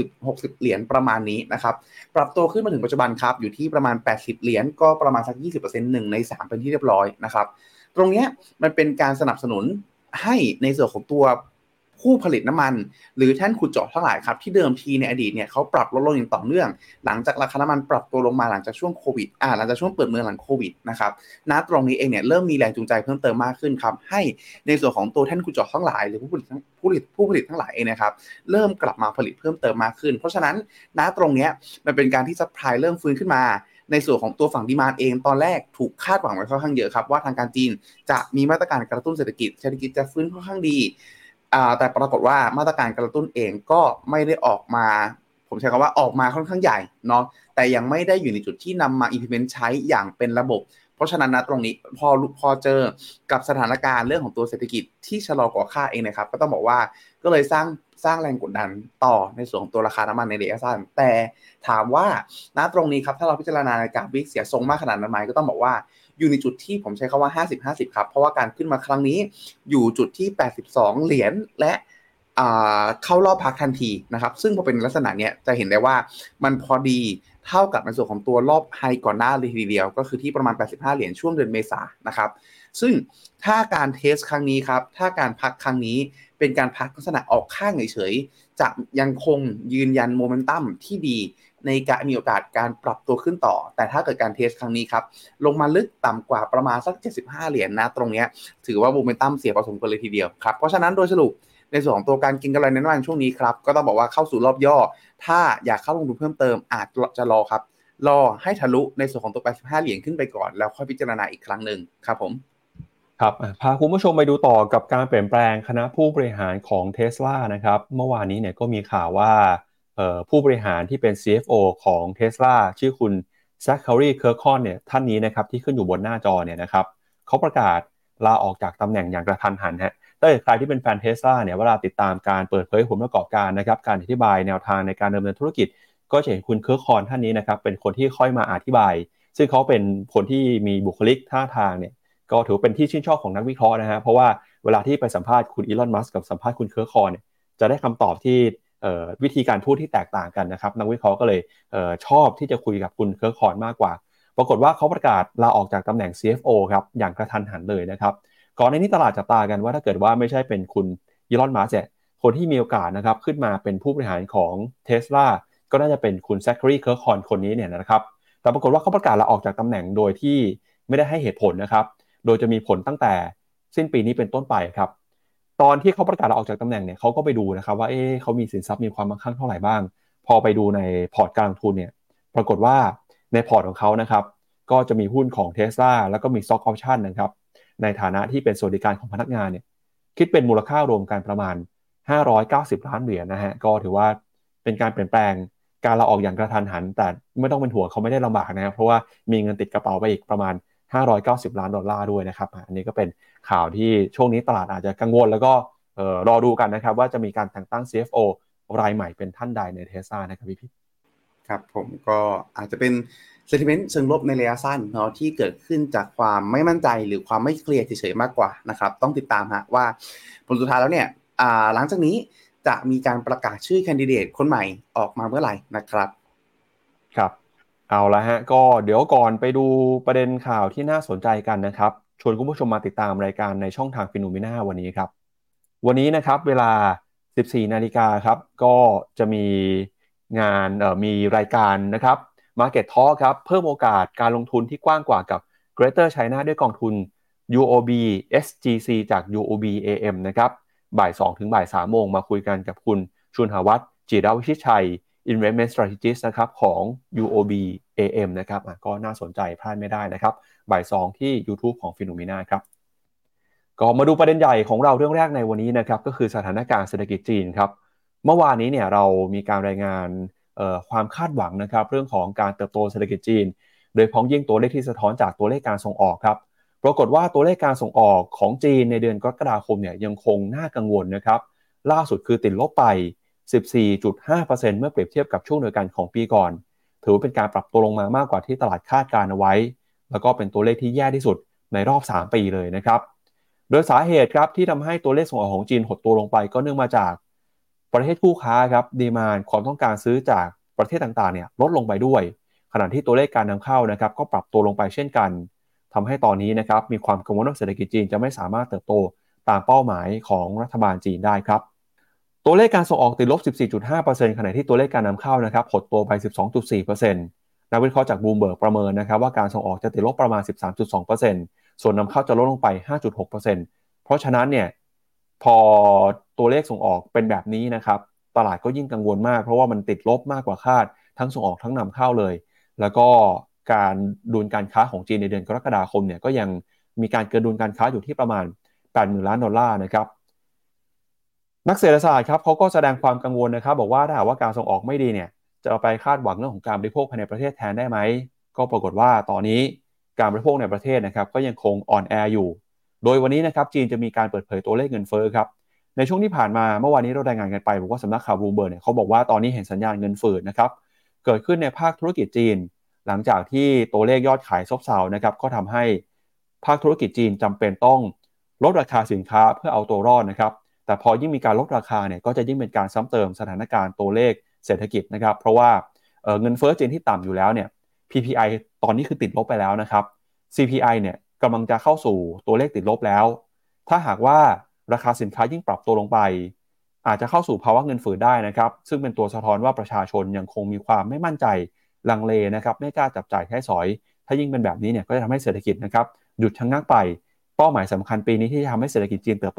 60เหรียญประมาณนี้นะครับปรับตัวขึ้นมาถึงปัจจุบันครับอยู่ที่ประมาณ80เหรียญก็ประมาณสัก 20% 1ใน3เป็นที่เรียบร้อยนะครับตรงนี้มันเป็นการสนับสนุนให้ในส่วนของตัวผู้ผลิตน้ำมันหรือแท่นขุดเจาะทั้งหลายครับที่เดิมทีในอดีตเนี่ยเขาปรับลดลงอย่างต่อเนื่องหลังจากราคาน้ำมันปรับตัวลงมาหลังจากช่วงโควิดหลังจากช่วงเปิดเมืองหลังโควิดนะครับณตรงนี้เองเนี่ยเริ่มมีแรงจูงใจเพิ่มเติมมากขึ้นครับให้ในส่วนของตัวแท่นขุดเจาะทั้งหลายหรือผู้ผลิตทั้งหลายเองนะครับเริ่มกลับมาผลิตเพิ่มเติมมากขึ้นเพราะฉะนั้นณตรงนี้มันเป็นการที่ซัพพลายเริ่มฟื้นขึ้นมาในส่วนของตัวฝั่งดีมานด์เองตอนแรกถูกคาดหวังไว้ค่อนข้างเยอะครับว่าทางการจีนจะมีมาตรการกระตุ้นเศรษฐกิจจะฟื้นค่อนข้างดีแต่ปรากฏว่ามาตรการกระตุ้นเองก็ไม่ได้ออกมาผมใช้คำว่าออกมาค่อนข้างใหญ่เนาะแต่ยังไม่ได้อยู่ในจุดที่นำมา implement ใช้อย่างเป็นระบบเพราะฉะนั้นนะตรงนี้พอเจอกับสถานการณ์เรื่องของตัวเศรษฐกิจที่ชะลอก่อค่าเองนะครับก็ต้องบอกว่าก็เลยสร้างแรงกดดันต่อในส่วนของตัวราคาน้ำมันในระยะสั้นแต่ถามว่าณตรงนี้ครับถ้าเราพิจารณาในกราฟวิกเสียทรงมากขนาดนั้นไหมก็ต้องบอกว่าอยู่ในจุดที่ผมใช้คำว่า 50-50 ครับเพราะว่าการขึ้นมาครั้งนี้อยู่จุดที่82เหรียญและเข้ารอบพักทันทีนะครับซึ่งพอเป็นลักษณะเนี้ยจะเห็นได้ว่ามันพอดีเท่ากับในส่วนของตัวรอบไฮก่อนหน้าเลยทีเดียวก็คือที่ประมาณ85เหรียญช่วงเดือนเมษายนนะครับซึ่งถ้าการเทสครั้งนี้ครับถ้าการพักครั้งนี้เป็นการพักลักษณะออกข้างเฉยๆจะยังคงยืนยันโมเมนตัมที่ดีในการมีโอกาสการปรับตัวขึ้นต่อแต่ถ้าเกิดการเทสครั้งนี้ครับลงมาลึกต่ำกว่าประมาณสัก75เหรียญนะตรงนี้ถือว่าโมเมนตัมเสียพอสมควรเลยทีเดียวครับเพราะฉะนั้นโดยสรุปในส่วนของตัวการกินกำไรในน้ำมันช่วงนี้ครับก็ต้องบอกว่าเข้าสู่รอบย่อถ้าอยากเข้าลงทุนเพิ่มเติมอาจจะรอครับรอให้ทะลุในส่วนของตัว85เหรียญขึ้นไปก่อนแล้วค่อยพิจารณาอีกครั้งนึงครับผม
ครับพาคุณผู้ชมไปดูต่อกับการเปลี่ยนแปลงคณะผู้บริหารของ Tesla นะครับเมื่อวานนี้เนี่ยก็มีข่าวว่าผู้บริหารที่เป็น CFO ของ Tesla ชื่อคุณ Zachary Kirkhorn เนี่ยท่านนี้นะครับที่ขึ้นอยู่บนหน้าจอเนี่ยนะครับเขาประกาศลาออกจากตำแหน่งอย่างกระทันหันฮะถ้าใครที่เป็นแฟน Tesla เนี่ยเวลาติดตามการเปิดเผยผลประกอบการนะครับการอธิบายแนวทางในการดำเนินธุรกิจก็จะเห็นคุณเคิร์คคอนท่านนี้นะครับเป็นคนที่ค่อยมาอธิบายซึ่งเขาเป็นคนที่มีบุคลิกท่าทางเนี่ยก็ถือเป็นที่ชื่นชอบของนักวิเคราะห์นะฮะเพราะว่าเวลาที่ไปสัมภาษณ์คุณอีลอนมัสก์กับสัมภาษณ์คุณเคิร์คคอนเนี่ยจะได้คำตอบที่วิธีการพูดที่แตกต่างกันนะครับนักวิเคราะห์ก็เลยชอบที่จะคุยกับคุณเคิร์คคอนมากกว่าปรากฏว่าเขาประกาศลาออกจากตำแหน่ง CFO ครับอย่างกระทันหันเลยนะครับก่อนในนี้ตลาดจับตากันว่าถ้าเกิดว่าไม่ใช่เป็นคุณอีลอนมัสก์เนี่ยคนที่มีโอกาสนะครับขึ้นมาเป็นผู้บริหารของ Tesla ก็น่าจะเป็นคุณแซคเคอรีเคิร์คคอนคนนี้เนี่ยนะครับแต่ปรากฏว่าเขาประกาศลาออกจากตำแหน่งโดยที่ไม่ได้ให้เหตุผลนะครับโดยจะมีผลตั้งแต่สิ้นปีนี้เป็นต้นไปครับตอนที่เขาประกาศลาออกจากตำแหน่งเนี่ยเขาก็ไปดูนะครับว่าเขามีสินทรัพย์มีความมั่งคั่งเท่าไหร่บ้างพอไปดูในพอร์ตการลงทุนเนี่ยปรากฏว่าในพอร์ตของเขานะครับก็จะมีหุ้นของ Tesla แล้วก็มี Stock Option นะครับในฐานะที่เป็นสวัสดิการของพนักงานเนี่ยคิดเป็นมูลค่ารวมกันประมาณ$590 ล้านนะฮะก็ถือว่าเป็นการเปลี่ยนแปลงการลาออกอย่างกระทันหันแต่ไม่ต้องเป็นห่วงเขาไม่ได้ลำบากนะครับเพราะว่ามีเงินติดกระเป๋าไปอีกประมาณ$590 ล้านด้วยนะครับอันนี้ก็เป็นข่าวที่ช่วงนี้ตลาดอาจจะกังวลแล้วก็รอดูกันนะครับว่าจะมีการแต่งตั้ง CFO รายใหม่เป็นท่านใดใน Tesla นะครับพี่
ครับผมก็อาจจะเป็นsentiment เชิงลบในระยะสั้นเนาะที่เกิดขึ้นจากความไม่มั่นใจหรือความไม่เคลียร์เฉยๆมากกว่านะครับต้องติดตามฮะว่าผลสุดท้ายแล้วเนี่ยหลังจากนี้จะมีการประกาศชื่อแคนดิเดตคนใหม่ออกมาเมื่อไหร่นะครับ
ครับเอาละฮะก็เดี๋ยวก่อนไปดูประเด็นข่าวที่น่าสนใจกันนะครับชวนคุณผู้ชมมาติดตามรายการในช่องทางฟิโนเมนาวันนี้ครับวันนี้นะครับเวลา 14 นาฬิกาครับก็จะมีงานมีรายการนะครับ Market Talk ครับเพิ่มโอกาสการลงทุนที่กว้างกว่ากับ Greater China ด้วยกองทุน UOB SGC จาก UOB AM นะครับบ่าย 2 ถึงบ่าย 3 โมงมาคุยกันกับคุณชุนหวัฒน์จิรวิชิตชัย Investment Strategist นะครับของ UOB AM นะครับก็น่าสนใจพลาดไม่ได้นะครับบ่าย 2 ที่ YouTube ของ Phenomena ครับก็มาดูประเด็นใหญ่ของเราเรื่องแรกในวันนี้นะครับก็คือสถานการณ์เศรษฐกิจจีนครับเมื่อวานนี้เนี่ยเรามีการรายงานความคาดหวังนะครับเรื่องของการเติบโตเศรษฐกิจจีนโดยพ้องยิ่งตัวเลขที่สะท้อนจากตัวเลขการส่งออกครับปรากฏว่าตัวเลขการส่งออกของจีนในเดือนกรกฎาคมเนี่ยยังคงน่ากังวลนะครับล่าสุดคือติดลบไป 14.5% เมื่อเปรียบเทียบกับช่วงเดียวกันของปีก่อนถือว่าเป็นการปรับตัวลงมามากกว่าที่ตลาดคาดการเอาไว้แล้วก็เป็นตัวเลขที่แย่ที่สุดในรอบ3 ปีเลยนะครับโดยสาเหตุครับที่ทำให้ตัวเลขส่งออกของจีนหดตัวลงไปก็เนื่องมาจากประเทศคู่ค้าครับดีมานด์ความต้องการซื้อจากประเทศต่างๆเนี่ยลดลงไปด้วยขณะที่ตัวเลขการนำเข้านะครับก็ปรับตัวลงไปเช่นกันทำให้ตอนนี้นะครับมีความกังวลว่าเศรษฐกิจจีนจะไม่สามารถเติบโตตามเป้าหมายของรัฐบาลจีนได้ครับตัวเลขการส่งออกติดลบ 14.5% ขณะที่ตัวเลขการนำเข้านะครับหดตัวไป 12.4%นักวิเคราะห์จากบลูมเบิร์กประเมินนะครับว่าการส่งออกจะติดลบประมาณ 13.2%ส่วนนำเข้าจะลดลงไป 5.6%เพราะฉะนั้นเนี่ยพอตัวเลขส่งออกเป็นแบบนี้นะครับตลาดก็ยิ่งกังวลมากเพราะว่ามันติดลบมากกว่าคาดทั้งส่งออกทั้งนำเข้าเลยแล้วก็การดุลการค้าของจีนในเดือนกรกฎาคมเนี่ยก็ยังมีการเกินดุลการค้าอยู่ที่ประมาณ $80,000 ล้านนะครับนักเศรษฐศาสตร์ครับเขาก็แสดงความกังวลนะครับบอกว่าถ้าหากว่าการส่งออกไม่ดีเนี่ยจะเอาไปคาดหวังเรื่องของการบริโภคภายในประเทศแทนได้ไหมก็ปรากฏว่าตอนนี้การบริโภคในประเทศนะครับก็ยังคงอ่อนแออยู่โดยวันนี้นะครับจีนจะมีการเปิดเผยตัวเลขเงินเฟ้อครับในช่วงที่ผ่านมาเมื่อวานนี้เรารายงานกันไปบอกว่าสำนักข่าวบลูมเบิร์กเนี่ยเขาบอกว่าตอนนี้เห็นสัญญาณเงินเฟ้อนะครับเกิดขึ้นในภาคธุรกิจจีนหลังจากที่ตัวเลขยอดขายซบเซานะครับก็ทำให้ภาคธุรกิจจีนจำเป็นต้องลดราคาสินค้าเพื่อเอาตัวรอดนะครับแต่พอยิ่งมีการลดราคาเนี่ยก็จะยิ่งเป็นการซ้ำเติมสถานการณ์ตัวเลขเศรษฐกิจนะครับเพราะว่าเงินเฟ้อจีนที่ต่ำอยู่แล้วเนี่ย PPI ตอนนี้คือติดลบไปแล้วนะครับ CPI เนี่ยกำลังจะเข้าสู่ตัวเลขติดลบแล้วถ้าหากว่าราคาสินค้ายิ่งปรับตัวลงไปอาจจะเข้าสู่ภาวะเงินเฟ้อได้นะครับซึ่งเป็นตัวสะท้อนว่าประชาชนยังคงมีความไม่มั่นใจลังเลนะครับไม่กล้าจับจ่ายใช้สอยถ้ายิ่งเป็นแบบนี้เนี่ยก็จะทำให้เศรษฐกิจนะครับหยุดชะงักไปเป้าหมายสำคัญปีนี้ที่จะทำให้เศรษฐกิจจีนเติบโต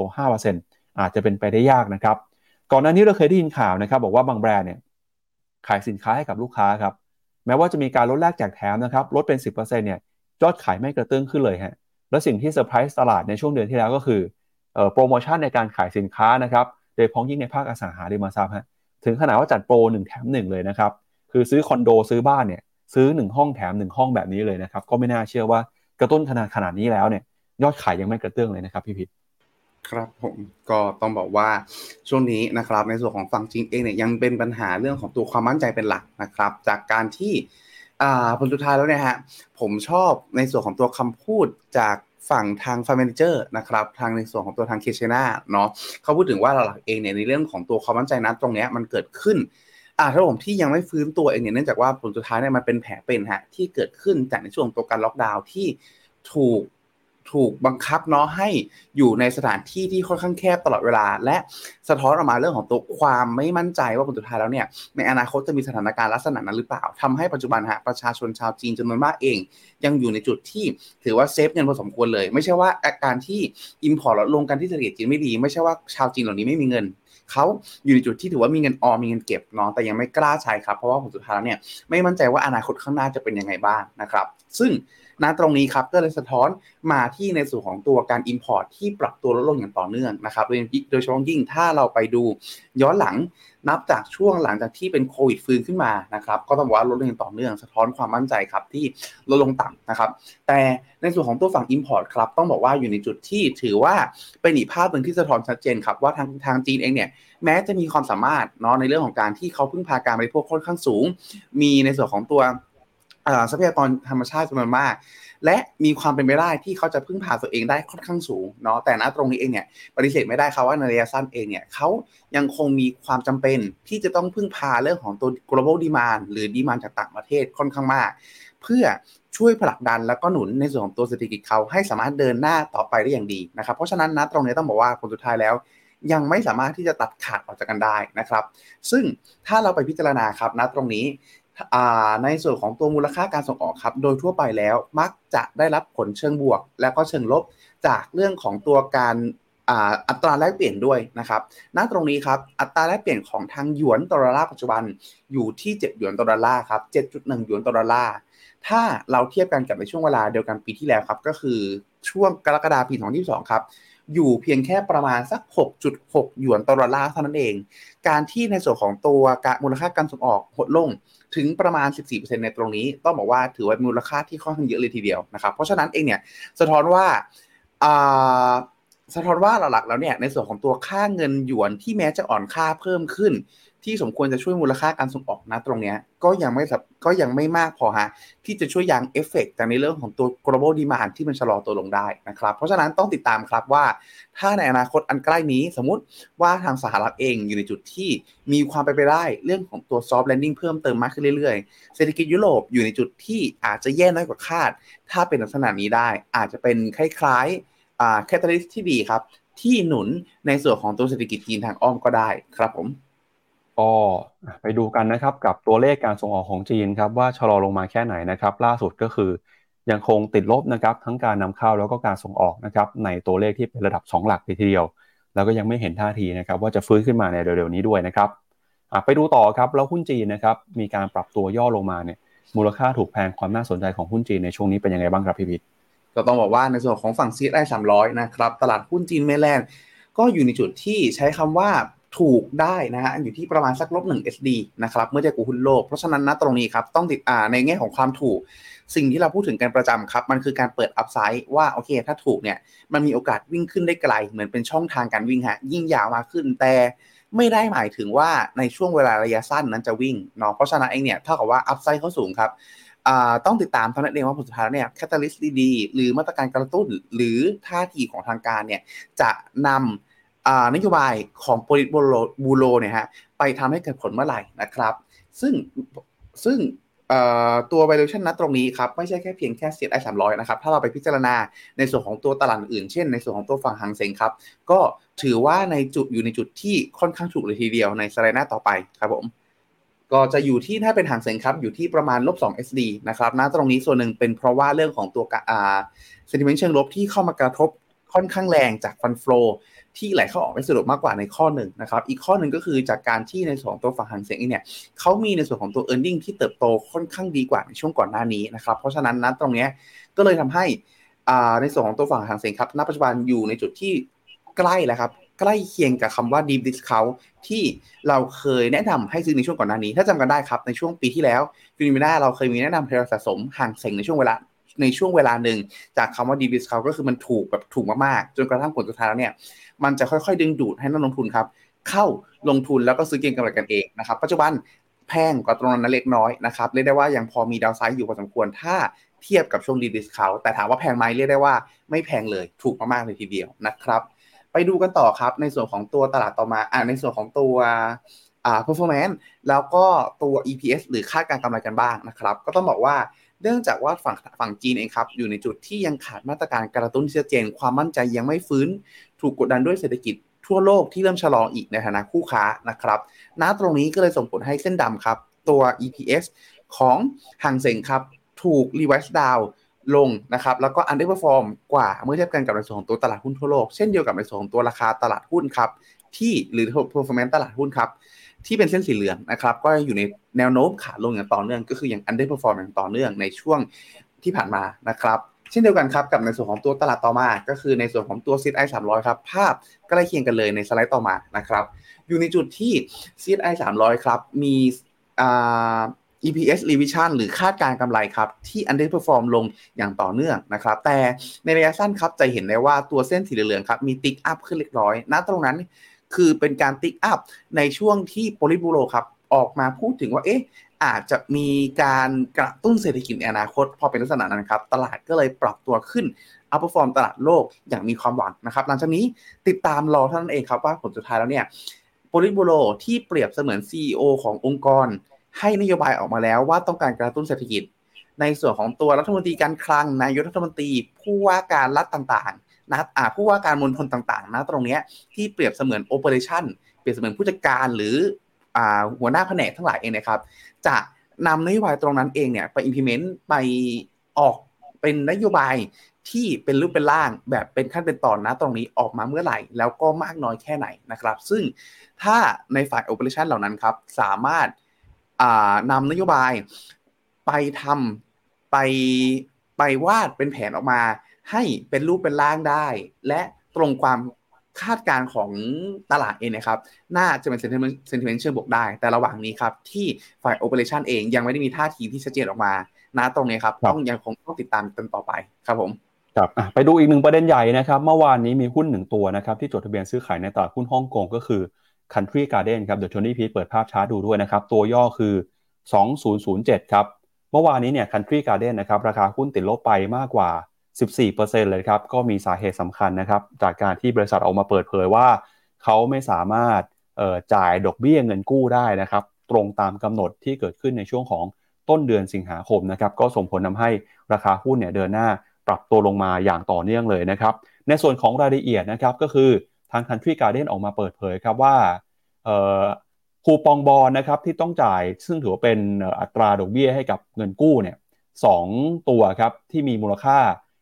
5% อาจจะเป็นไปได้ยากนะครับก่อนหน้านี้เราเคยได้ยินข่าวนะครับบอกว่าบางแบรนด์เนี่ยขายสินค้าให้กับลูกค้าครับแม้ว่าจะมีการลดแลกแจกแถมนะครับลดเป็น 10% เนี่ยยอดขายไม่กระเตื้องขึ้นเลยฮะและสิ่งที่เซอร์ไพรส์ตลาดในช่วงเดือนที่แล้วก็คือโปรโมชั่นในการขายสินค้านะครับโดยเฉพาะยิ่งในภาคอสังหาริมทรัพย์ฮะถึงขนาดว่าจัดโปร1แถม1เลยนะครับคือซื้อคอนโดซื้อบ้านเนี่ยซื้อ1ห้องแถม1ห้องแบบนี้เลยนะครับก็ไม่น่าเชื่อว่ากระตุ้นขนาดนี้แล้วเนี่ยยอดขายยังไม่กระเตื้องเลยนะครับพี่พิษ
ครับผมก็ต้องบอกว่าช่วงนี้นะครับในส่วนของฝั่งจีนเองเนี่ยยังเป็นปัญหาเรื่องของตัวความมั่นใจเป็นหลักนะครับจากการที่ผลสุดท้ายแล้วเนี่ยฮะผมชอบในส่วนของตัวคำพูดจากฝั่งทาง Fund Manager นะครับทางในส่วนของตัวทาง Kshena เนาะเขาพูดถึงว่าหลักๆเองเนี่ยในเรื่องของตัวความมั่นใจนั้นตรงนี้มันเกิดขึ้นถ้าผมที่ยังไม่ฟื้นตัวเองเนี่ยเนื่องจากว่าผลสุดท้ายเนี่ยมันเป็นแผลเป็นฮะที่เกิดขึ้นจากในช่วงตัวการล็อกดาวน์ที่ถูกบังคับเนาะให้อยู่ในสถานที่ที่ค่อนข้างแคบตลอดเวลาและสะท้อนออกมาเรื่องของตัวความไม่มั่นใจว่าผลสุดท้ายแล้วเนี่ยในอนาคตจะมีสถานการณ์ลักษณะนั้นหรือเปล่าทำให้ปัจจุบันฮะประชาชนชาวจีนจำนวนมากเองยังอยู่ในจุดที่ถือว่าเซฟเงินพอสมควรเลยไม่ใช่ว่าการที่ import ลดลงกันที่เศรษฐกิจจีนไม่ดีไม่ใช่ว่าชาวจีนเหล่านี้ไม่มีเงินเขาอยู่ในจุดที่ถือว่ามีเงินออมมีเงินเก็บเนาะแต่ยังไม่กล้าใช้ครับเพราะว่าผลสุดท้ายเนี่ยไม่มั่นใจว่าอนาคตข้างหน้าจะเป็นยังไงบ้างนะครับซึ่งณตรงนี้ครับก็เลยสะท้อนมาที่ในส่วนของตัวการ import ที่ปรับตัวลดลงอย่างต่อเนื่องนะครับโดยเฉพาะยิ่งถ้าเราไปดูย้อนหลังนับจากช่วงหลังจากที่เป็นโควิดฟื้นขึ้นมานะครับก็ต้องบอกว่าลดลงอย่างต่อเนื่องสะท้อนความมั่นใจครับที่ลดลงต่ำนะครับแต่ในส่วนของตัวฝั่ง import ครับต้องบอกว่าอยู่ในจุดที่ถือว่าเป็นอีกภาพหนึ่งที่สะท้อนชัดเจนครับว่าทางจีนเองเนี่ยแม้จะมีความสามารถเนาะในเรื่องของการที่เขาพึ่งพาการบริโภคค่อนข้างสูงมีในส่วนของตัวทรัพยากรธรรมชาติจำนวนมากและมีความเป็นไปได้ที่เขาจะพึ่งพาตัวเองได้ค่อนข้างสูงเนาะแต่ณตรงนี้เองเนี่ยปฏิเสธไม่ได้ครับว่าในระยะสั้นเองเนี่ยเขายังคงมีความจำเป็นที่จะต้องพึ่งพาเรื่องของตัว global demand หรือ demand จากต่างประเทศค่อนข้างมากเพื่อช่วยผลักดันแล้วก็หนุนในส่วนของตัวเศรษฐกิจเขาให้สามารถเดินหน้าต่อไปได้อย่างดีนะครับเพราะฉะนั้นณตรงนี้ต้องบอกว่าผลสุดท้ายแล้วยังไม่สามารถที่จะตัดขาดออกจากกันได้นะครับซึ่งถ้าเราไปพิจารณาครับณตรงนี้ในส่วนของตัวมูลค่าการส่งออกครับโดยทั่วไปแล้วมักจะได้รับผลเชิงบวกแล้วก็เชิงลบจากเรื่องของตัวการอัตราแลกเปลี่ยนด้วยนะครับณตรงนี้ครับอัตราแลกเปลี่ยนของทางหยวนต่อดอลลาร์ปัจจุบันอยู่ที่7หยวนต่อดอลลาร์ครับ 7.1 หยวนต่อดอลลาร์ถ้าเราเทียบกันกับในช่วงเวลาเดียวกันปีที่แล้วครับก็คือช่วงกรกฎาคมปี2022ครับอยู่เพียงแค่ประมาณสัก 6.6 หยวนต่อดอลลาร์เท่านั้นเองการที่ในส่วนของตัวมูลค่าการส่งออกหดลงถึงประมาณ 14% ในตรงนี้ต้องบอกว่าถือว่ามูลค่าที่ค่อนข้างเยอะเลยทีเดียวนะครับเพราะฉะนั้นเองเนี่ยสะท้อนว่าหลักๆแล้วเนี่ยในส่วนของตัวค่าเงินหยวนที่แม้จะอ่อนค่าเพิ่มขึ้นที่สมควรจะช่วยมูลค่าการส่งออกนะตรงนี้ก็ยังไม่มากพอฮะที่จะช่วยยั้งเอฟเฟกต์จากในเรื่องของตัว global demand ที่มันชะลอตัวลงได้นะครับเพราะฉะนั้นต้องติดตามครับว่าถ้าในอนาคตอันใกล้นี้สมมุติว่าทางสหรัฐเองอยู่ในจุดที่มีความเป็นไปได้เรื่องของตัว soft landing เพิ่มเติมมากขึ้นเรื่อยๆเศรษฐกิจยุโรปอยู่ในจุดที่อาจจะแย่น้อยกว่าคาดถ้าเป็นลักษณะนี้ได้อาจจะเป็นคล้ายๆcatalyst ที่ดีครับที่หนุนในส่วนของตัวเศรษฐกิจจีนทางอ้อมก็ได้ครับผม
ก็ไปดูกันนะครับกับตัวเลขการส่งออกของจีนครับว่าชะลอลงมาแค่ไหนนะครับล่าสุดก็คือยังคงติดลบนะครับทั้งการนำเข้าแล้วก็การส่งออกนะครับในตัวเลขที่เป็นระดับ2หลักทีเดียวแล้วก็ยังไม่เห็นท่าทีนะครับว่าจะฟื้นขึ้นมาในเร็วๆนี้ด้วยนะครับไปดูต่อครับแล้วหุ้นจีนนะครับมีการปรับตัวย่อลงมาเนี่ยมูลค่าถูกแพงความน่าสนใจของหุ้นจีนในช่วงนี้เป็นยังไงบ้างครับพี่พิษ
ก็ต้องบอกว่าในส่วนของฝั่ง CSI 300นะครับตลาดหุ้นจีนเมนแลนด์ก็อยู่ในจุดที่ใช้คำว่าถูกได้นะฮะอยู่ที่ประมาณสัก-1 SD นะครับเมื่อเทียบกับหุ้นโลกเพราะฉะนั้นตรงนี้ครับต้องติดในแง่ของความถูกสิ่งที่เราพูดถึงกันประจำครับมันคือการเปิดอัพไซด์ว่าโอเคถ้าถูกเนี่ยมันมีโอกาสวิ่งขึ้นได้ไกลเหมือนเป็นช่องทางการวิ่งฮะยิ่งยาวมากขึ้นแต่ไม่ได้หมายถึงว่าในช่วงเวลาระยะสั้นนั้นจะวิ่งเนาะเพราะฉะนั้นเองเนี่ยเท่ากับว่าอัพไซด์เขาสูงครับต้องติดตามเท่านั้นเองว่าผลสุดท้ายเนี่ยแคตตาลิสต์ดีๆหรือมาตรการกระตุ้นหรือท่าทีของทางการเนี่ยจะนำนโยบายของโปลิตบูโรเนี่ยฮะไปทำให้เกิดผลเมื่อไหร่นะครับซึ่งตัว valuation ณตรงนี้ครับไม่ใช่แค่เพียงแค่ CSI 300นะครับถ้าเราไปพิจารณาในส่วนของตัวตลาดอื่นเช่นในส่วนของตัวฝั่งหางเส็งครับก็ถือว่าอยู่ในจุดที่ค่อนข้างถูกเลยทีเดียวในสไลด์หน้าต่อไปครับผมก็จะอยู่ที่ถ้าเป็นหางเส็งครับอยู่ที่ประมาณ-2 SD นะครับณตรงนี้ส่วนหนึ่งเป็นเพราะว่าเรื่องของตัวsentiment เชิงลบที่เข้ามากระทบค่อนข้างแรงจาก fund flow ที่ไหลเข้าออกไม่สะดวกมากกว่าในข้อหนึ่งนะครับอีกข้อหนึ่งก็คือจากการที่ในส่วนของตัวฝั่งหางเส็งเนี่ยเขามีในส่วนของตัว earning ที่เติบโตค่อนข้างดีกว่าในช่วงก่อนหน้านี้นะครับเพราะฉะนั้นตรงนี้ก็เลยทำให้ในส่วนของตัวฝั่งหางเส็งครับณปัจจุบันอยู่ในจุดที่ใกล้แล้วครับใกล้เคียงกับคำว่า deep discount ที่เราเคยแนะนำให้ซื้อในช่วงก่อนหน้านี้ถ้าจำกันได้ครับในช่วงปีที่แล้วฟิลิปปินส์เราเคยมีแนะนำให้เราสะสมหางเส็งในช่วงเวลาหนึ่งจากคำว่า deep discount ก็คือมันถูกมากๆจนกระทั่งผลสุดท้ายแล้วเนี่ยมันจะค่อยๆดึงดูดให้นักลงทุนครับเข้าลงทุนแล้วก็ซื้อเก็งกำไรกันเองนะครับปัจจุบันแพงกว่าตรงนั้นเล็กน้อยนะครับเรียกได้ว่ายังพอมีดาวไซด์อยู่พอสมควรถ้าเทียบกับช่วง deep discount แต่ถามว่าแพงไหมเรียกได้ว่าไม่แพงเลยถูกมากๆเลยทีเดียวนะครับไปดูกันต่อครับในส่วนของตัวตลาดต่อมาในส่วนของตัวperformance แล้วก็ตัว EPS หรือค่าการกำไรกันบ้างนะครับก็ต้องบอกว่าเนื่องจากว่าฝั่งจีนเองครับอยู่ในจุดที่ยังขาดมาตรการกระตุ้นที่ชัดเจนความมั่นใจยังไม่ฟื้นถูกกดดันด้วยเศรษฐกิจทั่วโลกที่เริ่มชะลออีกในฐานะคู่ค้านะครับณตรงนี้ก็เลยส่งผลให้เส้นดำครับตัว EPS ของหางเส็งครับถูก revise down ลงนะครับแล้วก็ underperform กว่าเมื่อเทียบกันกับในส่วนของตัวตลาดหุ้นทั่วโลกเช่นเดียวกับในส่วนของตัวราคาตลาดหุ้นครับที่หรือ performance ตลาดหุ้นครับที่เป็นเส้นสีเหลืองนะครับก็อยู่ในแนวโน้มขาลงอย่างต่อเนื่องก็คือยัง underperform อย่างต่อเนื่องในช่วงที่ผ่านมานะครับเช่นเดียวกันครับกับในส่วนของตัวตลาดต่อมาก็คือในส่วนของตัว CSI 300ครับภาพใกล้เคียงกันเลยในสไลด์ต่อมานะครับอยู่ในจุดที่ CSI 300ครับมีEPS revision หรือคาดการณ์กำไรครับที่ underperform ลงอย่างต่อเนื่องนะครับแต่ในระยะสั้นครับจะเห็นได้ว่าตัวเส้นสีเหลืองครับมีติ๊กอัพขึ้นเล็กน้อยณตรงนั้นคือเป็นการติ๊กอัพในช่วงที่โพลิตบูโรครับออกมาพูดถึงว่าอาจจะมีการกระตุ้นเศรษฐกิจในอนาคตพอเป็นลักษณะนั้นครับตลาดก็เลยปรับตัวขึ้น outperform ตลาดโลกอย่างมีความหวังนะครับหลังจากนี้ติดตามรอเท่านั้นเองครับว่าผลสุดท้ายแล้วเนี่ยโพลิตบูโรที่เปรียบเสมือน CEO ขององค์กรให้นโยบายออกมาแล้วว่าต้องการกระตุ้นเศรษฐกิจในส่วนของตัวรัฐมนตรีการคลังนายกรัฐมนตรีผู้ว่าการรัฐต่างๆนะผู้ว่าการมณฑลต่างๆนะตรงนี้ที่เปรียบเสมือน operation เปรียบเสมือนผู้จัดการหรือหัวหน้าแผนกทั้งหลายเองนะครับจะนำนโยบายตรงนั้นเองเนี่ยไป implement ไปออกเป็นนโยบายที่เป็นรูปเป็นร่างแบบเป็นขั้นเป็นตอนนะตรงนี้ออกมาเมื่อไหร่แล้วก็มากน้อยแค่ไหนนะครับซึ่งถ้าในฝ่าย operation เหล่านั้นครับสามารถนำนโยบายไปทำไปวาดเป็นแผนออกมาให้เป็นรูปเป็นร่างได้และตรงความคาดการณ์ของตลาดเองนะครับน่าจะเป็น sentiment เชิงบวกได้แต่ระหว่างนี้ครับที่ฝ่าย operation เองยังไม่ได้มีท่าทีที่ชัดเจนออกมานะตรงนี้ครับยังคงต้องติดตามกันต่อไปครับผม
ครับไปดูอีกหนึ่งประเด็นใหญ่นะครับเมื่อวานนี้มีหุ้น1ตัวนะครับที่จดทะเบียนซื้อขายในตลาดหุ้นฮ่องกงก็คือ Country Garden ครับเดี๋ยวโทนี่พีทเปิดภาพชาร์ตดูด้วยนะครับตัวย่อคือ2007ครับเมื่อวานนี้เนี่ย Country Garden นะครับราคาหุ้นติดลบไปมากกว่า 14% เลยครับก็มีสาเหตุสำคัญนะครับจากการที่บริษัทออกมาเปิดเผยว่าเขาไม่สามารถจ่ายดอกเบี้ยเงินกู้ได้นะครับตรงตามกำหนดที่เกิดขึ้นในช่วงของต้นเดือนสิงหาคมนะครับก็ส่งผลทำให้ราคาหุ้นเนี่ยเดินหน้าปรับตัวลงมาอย่างต่อเนื่องเลยนะครับในส่วนของรายละเอียดนะครับก็คือทาง Country Garden ออกมาเปิดเผยครับว่าคูปองบอนนะครับที่ต้องจ่ายซึ่งถือว่าเป็นอัตราดอกเบี้ยให้กับเงินกู้เนี่ย2ตัวครับที่มีมูลค่า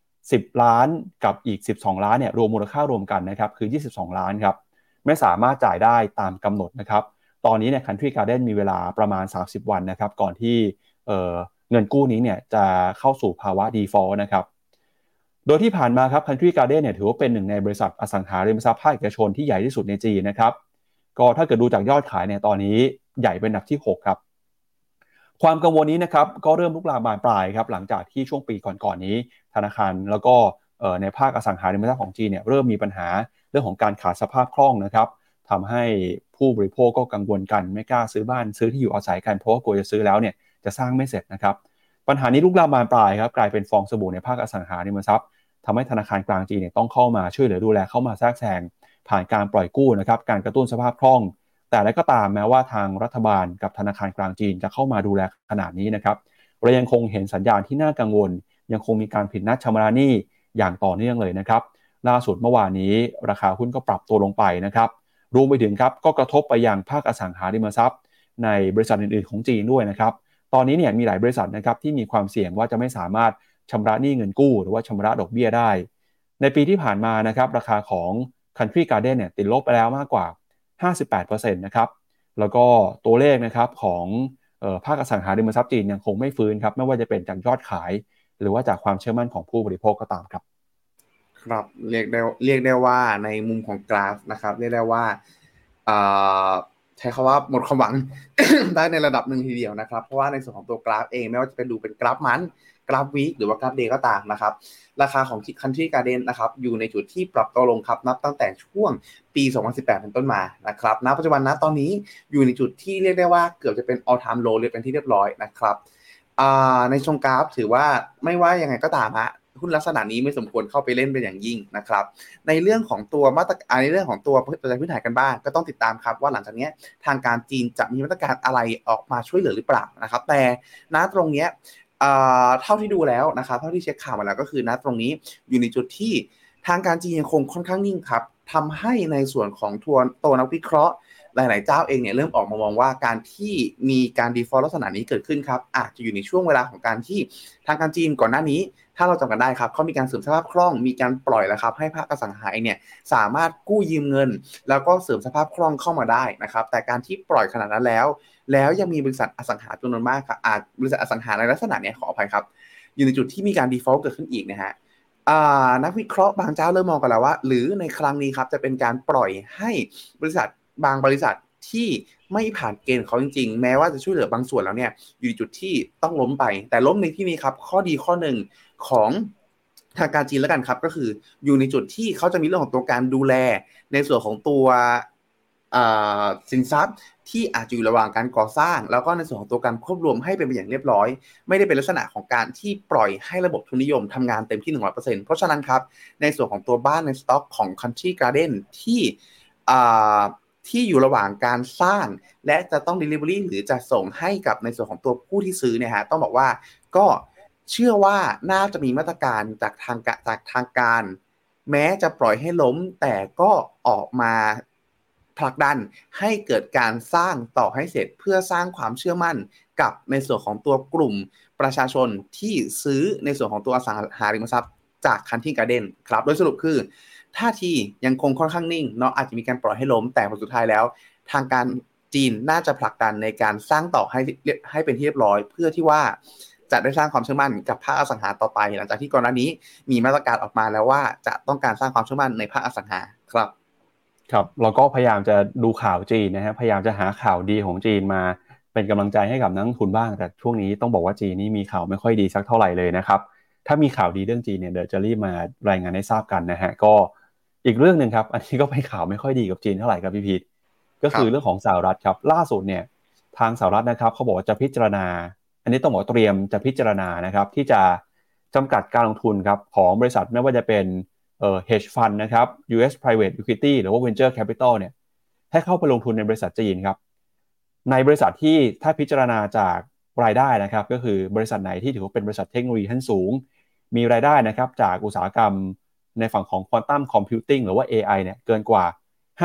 10ล้านกับอีก12ล้านเนี่ยรวมมูลค่ารวมกันนะครับคือ22ล้านครับไม่สามารถจ่ายได้ตามกำหนดนะครับตอนนี้เนี่ย Country Garden มีเวลาประมาณ30วันนะครับก่อนที่เงินกู้นี้เนี่ยจะเข้าสู่ภาวะ default นะครับโดยที่ผ่านมาครับ Country Garden เนี่ยถือว่าเป็นหนึ่งในบริษัทอสังหาริมทรัพย์ภาคเอกชนที่ใหญ่ที่สุดในจีนนะครับก็ถ้าเกิดดูจากยอดขายเนี่ยตอนนี้ใหญ่เป็นอันดับที่6ครับความกังวลนี้นะครับก็เริ่มลุกลามบานปลายครับหลังจากที่ช่วงปีก่อนๆนี้ธนาคารแล้วก็ในภาคอสังหาริมทรัพย์ของจีนเนี่ยเริ่มมีปัญหาเรื่องของการขาดสภาพคล่องนะครับทำให้ผู้บริโภคก็กังวลกันไม่กล้าซื้อบ้านซื้อที่อยู่อาศัยกันเพราะว่ากลัวจะซื้อแล้วเนี่ยจะสร้างไม่เสร็จนะครับปัญหานี้ลุกลามบานปลายครับกลายเป็นฟองสบู่ในภาคอสังหาริมทรัพย์ทำให้ธนาคารกลางจีนเนี่ยต้องเข้ามาช่วยเหลือดูแลเข้ามาแทรกแซงผ่านการปล่อยกู้นะครับการกระตุ้นสภาพคล่องแต่แล้วก็ตามแม้ว่าทางรัฐบาลกับธนาคารกลางจีนจะเข้ามาดูแลขนาดนี้นะครับเรายังคงเห็นสัญญาณที่น่ากังวลยังคงมีการผิดนัดชำระหนี้อย่างต่อเนื่องเลยนะครับล่าสุดเมื่อวานนี้ราคาหุ้นก็ปรับตัวลงไปนะครับรวมไปถึงครับก็กระทบไปยังภาคอสังหาริมทรัพย์ในบริษัทอื่นๆของจีนด้วยนะครับตอนนี้เนี่ยมีหลายบริษัทนะครับที่มีความเสี่ยงว่าจะไม่สามารถชำระหนี้เงินกู้หรือว่าชำระดอกเบี้ยได้ในปีที่ผ่านมานะครับราคาของ Country Garden เนี่ยติดลบไปแล้วมากกว่า 58% นะครับแล้วก็ตัวเลขนะครับของภาคอสังหาริมทรัพย์จีนยังคงไม่ฟื้นครับไม่ว่าจะเป็นจากยอดขายหรือว่าจากความเชื่อมั่นของผู้บริโภคก็ตามครับ
ครับเรียกได้ว่าในมุมของกราฟนะครับเรียกได้ว่าใช้คำว่าหมดความหวัง ได้ในระดับหนึ่งทีเดียวนะครับเพราะว่าในส่วนของตัวกราฟเองไม่ว่าจะเป็นดูเป็นกราฟมันกราฟวีคหรือว่ากราฟเดย์ก็ตามนะครับราคาของ Country Garden นะครับอยู่ในจุดที่ปรับตัวลงครับนับตั้งแต่ช่วงปี 2018 เป็นต้นมานะครับณปัจจุบันณตอนนี้อยู่ในจุดที่เรียกได้ว่าเกือบจะเป็น all time low เลยเป็นที่เรียบร้อยนะครับในช่วงกราฟถือว่าไม่ว่ายังไงก็ตามฮะหุ้นลักษณะนี้ไม่สมควรเข้าไปเล่นเป็นอย่างยิ่งนะครับในเรื่องของตัวมาตรการในเรื่องของตัวปัจจัยพื้นฐานกันบ้างก็ต้องติดตามครับว่าหลังจากนี้ทางการจีนจะมีมาตรการอะไรออกมาช่วยเหลือหรือเปล่านะครับแต่ณตรงนี้เท่าที่ดูแล้วนะครับเท่าที่เช็คข่าวมาแล้วก็คือณตรงนี้อยู่ในจุดที่ทางการจีนยังคงค่อนข้างนิ่งครับทำให้ในส่วนของตัวนักวิเคราะห์หลายๆเจ้าเองเนี่ยเริ่มออกมามองว่าการที่มีการ default ลักษณะนี้เกิดขึ้นครับอาจจะอยู่ในช่วงเวลาของการที่ทางการจีนก่อนหน้านี้ถ้าเราจำกันได้ครับเขามีการเสริมสภาพคล่องมีการปล่อยแล้วครับให้ภาคอสังหาเนี่ยสามารถกู้ยืมเงินแล้วก็เสริมสภาพคล่องเข้ามาได้นะครับแต่การที่ปล่อยขนาดนั้นแล้วยังมีบริษัทอสังหาจำนวนมากครับบริษัทอสังหาในลักษณะนี้ขออภัยครับอยู่ในจุดที่มีการ default เกิดขึ้นอีกนะฮะนักวิเคราะห์บางเจ้าเริ่มมองกันแล้วว่าหรือในครั้งนี้ครับจะเป็นการปล่อยให้บริษัทบางบริษัทที่ไม่ผ่านเกณฑ์เขาจริงๆแม้ว่าจะช่วยเหลือบางส่วนแล้วเนี่ยอยู่ในจุดที่ต้องล้มไปแต่ล้มในที่นี้ครับข้อดีข้อหนึ่งของทางการจีนแล้วกันครับก็คืออยู่ในจุดที่เขาจะมีเรื่องของตัวการดูแลในส่วนของตัวสินทรัพย์ที่อาจจะอยู่ระหว่างการก่อสร้างแล้วก็ในส่วนของตัวการควบรวมให้เป็นไปอย่างเรียบร้อยไม่ได้เป็นลักษณะของการที่ปล่อยให้ระบบทุนนิยมทำงานเต็มที่ 100% เพราะฉะนั้นครับในส่วนของตัวบ้านในสต็อกของ Country Garden ที่อยู่ระหว่างการสร้างและจะต้อง delivery หรือจะส่งให้กับในส่วนของตัวผู้ที่ซื้อเนี่ยฮะต้องบอกว่าก็เชื่อว่าน่าจะมีมาตรการจากทางการแม้จะปล่อยให้ล้มแต่ก็ออกมาผลักดันให้เกิดการสร้างต่อให้เสร็จเพื่อสร้างความเชื่อมั่นกับในส่วนของตัวกลุ่มประชาชนที่ซื้อในส่วนของตัวอสังหาริมทรัพย์จาก Country Garden ครับโดยสรุปคือท่าทียังคงค่อนข้างนิ่งเนาะอาจจะมีการปล่อยให้ล้มแต่ผลสุดท้ายแล้วทางการจีนน่าจะผลักดันในการสร้างต่อให้เป็นที่เรียบร้อยเพื่อที่ว่าจะได้สร้างความเชื่อมั่นกับภาคอสังหาต่อไปหลังจากที่ก่อนหน้านี้มีมาตรการออกมาแล้วว่าจะต้องการสร้างความเชื่อมั่นในภาคอสังหาครับ
ครับเราก็พยายามจะดูข่าวจีนนะฮะพยายามจะหาข่าวดีของจีนมาเป็นกำลังใจให้กับนักลงทุนบ้างแต่ช่วงนี้ต้องบอกว่าจีนนี่มีข่าวไม่ค่อยดีสักเท่าไหร่เลยนะครับถ้ามีข่าวดีเรื่องจีนเนี่ยเดี๋ยวจะรีบมารายงานให้ทราบกันนะฮะก็อีกเรื่องหนึ่งครับอันนี้ก็เป็นข่าวไม่ค่อยดีกับจีนเท่าไหร่ครับพี่พีทก็คือเรื่องของสหรัฐครับล่าสุดเนี่ยทางสหรัฐนะครับเขาบอกว่าจะพิจารณาอันนี้ต้องบอกเตรียมจะพิจารณานะครับที่จะจำกัดการลงทุนครับของบริษัทไม่ว่าจะเป็นhedge fund นะครับ US private equity หรือว่า venture capital เนี่ยให้เข้าไปลงทุนในบริษัทจีนครับในบริษัทที่ถ้าพิจารณาจากรายได้นะครับก็คือบริษัทไหนที่ถือว่าเป็นบริษัทเทคโนโลยีขั้นสูงมีรายได้นะครับจากอุตสาหกรรมในฝั่งของ quantum computing หรือว่า AI เนี่ยเกินกว่า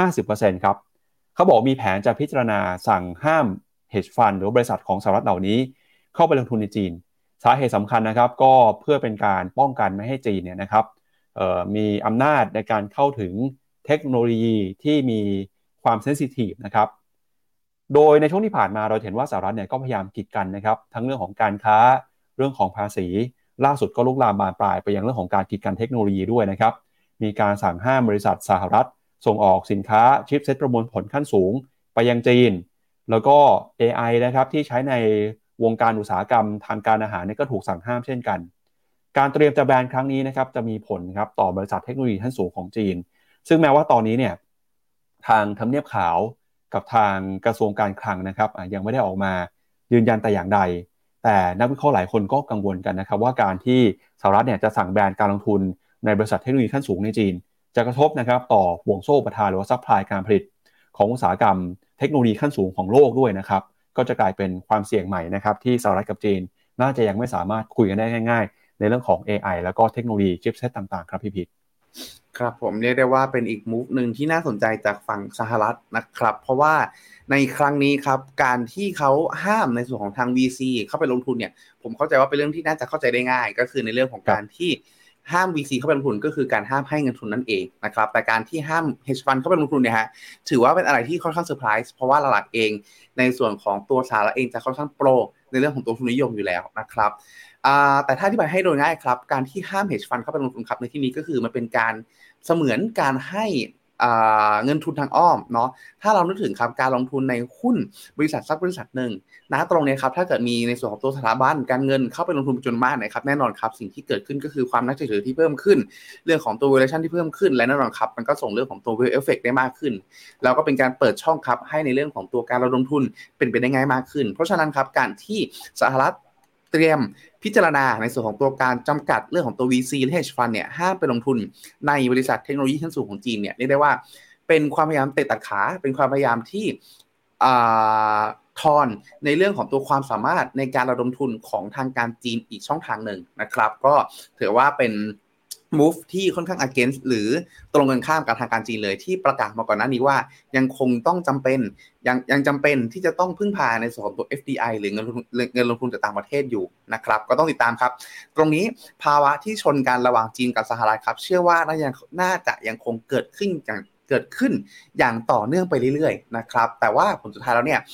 50% ครับเขาบอกมีแผนจะพิจารณาสั่งห้าม hedge fund หรือบริษัทของสหรัฐเหล่านี้เข้าไปลงทุนในจีนสาเหตุสำคัญนะครับก็เพื่อเป็นการป้องกันไม่ให้จีนเนี่ยนะครับมีอำนาจในการเข้าถึงเทคโนโลยีที่มีความเซนซิทีฟนะครับโดยในช่วงที่ผ่านมาเราเห็นว่าสหรัฐเนี่ยก็พยายามกีดกันนะครับทั้งเรื่องของการค้าเรื่องของภาษีล่าสุดก็ลุกลามบานปลายไปยังเรื่องของการกีดกันเทคโนโลยีด้วยนะครับมีการสั่งห้ามบริษัทสหรัฐส่งออกสินค้าชิปเซ็ตประมวลผลขั้นสูงไปยังจีนแล้วก็ AI นะครับที่ใช้ในวงการอุตสาหกรรมทางการอาหารเนี่ยก็ถูกสั่งห้ามเช่นกันการเตรียมจะแบนครั้งนี้นะครับจะมีผลครับต่อบริษัทเทคโนโลยีขั้นสูงของจีนซึ่งแม้ว่าตอนนี้เนี่ยทางทำเนียบขาวกับทางกระทรวงการคลังนะครับยังไม่ได้ออกมายืนยันแต่อย่างใดแต่นักวิเคราะห์หลายคนก็กังวลกันนะครับว่าการที่สหรัฐเนี่ยจะสั่งแบนการลงทุนในบริษัทเทคโนโลยีขั้นสูงในจีนจะกระทบนะครับต่อห่วงโซ่อุปทานหรือว่าซัพพลายการผลิตของอุตสาหกรรมเทคโนโลยีขั้นสูงของโลกด้วยนะครับก็จะกลายเป็นความเสี่ยงใหม่นะครับที่สหรัฐกับจีนน่าจะยังไม่สามารถคุยกันได้ง่ายๆในเรื่องของ AI แล้วก็เทคโนโลยีชิปเซตต่างๆครับพี่พิษ
ครับผมเรียกได้ว่าเป็นอีกมูฟหนึ่งที่น่าสนใจจากฝั่งสหรัฐนะครับเพราะว่าในครั้งนี้ครับการที่เขาห้ามในส่วนของทาง VC เข้าไปลงทุนเนี่ยผมเข้าใจว่าเป็นเรื่องที่น่าจะเข้าใจได้ง่ายก็คือในเรื่องของการที่ห้าม VC เข้าไปลงทุนก็คือการห้ามให้เงินทุนนั่นเองนะครับแต่การที่ห้าม hedge fund เข้าไปลงทุนเนี่ยฮะถือว่าเป็นอะไรที่ค่อนข้างเซอร์ไพรส์เพราะว่าหลักๆเองในส่วนของตัวสหรัฐเองจะค่อนข้างโปรในเรื่องของตัวทุนนิยมอยู่แล้วนะครับแต่ถ้าอธิบายให้โดยง่ายครับการที่ห้าม hedge fund เข้าไปลงทุนครับในที่นี้ก็คือมันเป็นการเสมือนการให้เงินทุนทางอ้อมเนาะถ้าเรานึกถึงครับการลงทุนในหุ้นบริษัทสักบริษัทหนึ่งนะตรงนี้ครับถ้าเกิดมีในส่วนของตัวสถาบันการเงินเข้าไปลงทุนจนมากนะครับแน่นอนครับสิ่งที่เกิดขึ้นก็คือความน่าเชื่อถือที่เพิ่มขึ้นเรื่องของตัว valuation ที่เพิ่มขึ้นและแน่นอนครับมันก็ส่งเรื่องของตัว wealth effect ได้มากขึ้นแล้วก็เป็นการเปิดช่องครับให้ในเรื่องของตัวการระดมทุนเป็นไปได้ง่ายมากขึ้นเพราะฉะนั้นครับการที่สหรัฐเตรียมพิจารณาในส่วนของตัวการจำกัดเรื่องของตัว VC และ hedge fund เนี่ยห้ามไปลงทุนในบริษัทเทคโนโลยีชั้นสูงของจีนเนี่ยเรียกได้ว่าเป็นความพยายามเตะตัดขาเป็นความพยายามที่ทอนในเรื่องของตัวความสามารถในการระดมทุนของทางการจีนอีกช่องทางหนึ่งนะครับก็ถือว่าเป็น move ที่ค่อนข้าง against หรือตรงกันข้ามกับทางการจีนเลยที่ประกาศมาก่อนหน้านี้ว่ายังคงต้องจำเป็นยังจำเป็นที่จะต้องพึ่งพาในส่วนของตัว FDI หรือเงินลงทุนจากต่างประเทศอยู่นะครับก็ต้องติดตามครับตรงนี้ภาวะที่ชนกันระหว่างจีนกับสหรัฐครับเชื่อว่าน่าจะยังคงเกิดขึ้นอย่างต่อเนื่องไปเรื่อยๆนะครับแต่ว่าผลสุดท้ายแล้วเนี่ย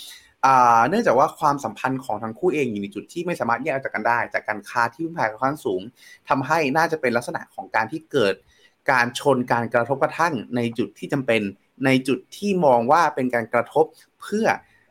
เนื่องจากว่าความสัมพันธ์ของทั้งคู่เองอยู่ในจุดที่ไม่สามารถแยกออกจากกันได้จากการค้าที่พึ่งพาค่อนข้างสูงทำให้น่าจะเป็นลักษณะของการที่เกิดการชนการกระทบกระทั่งในจุดที่จำเป็นในจุดที่มองว่าเป็นการกระทบเพื่อ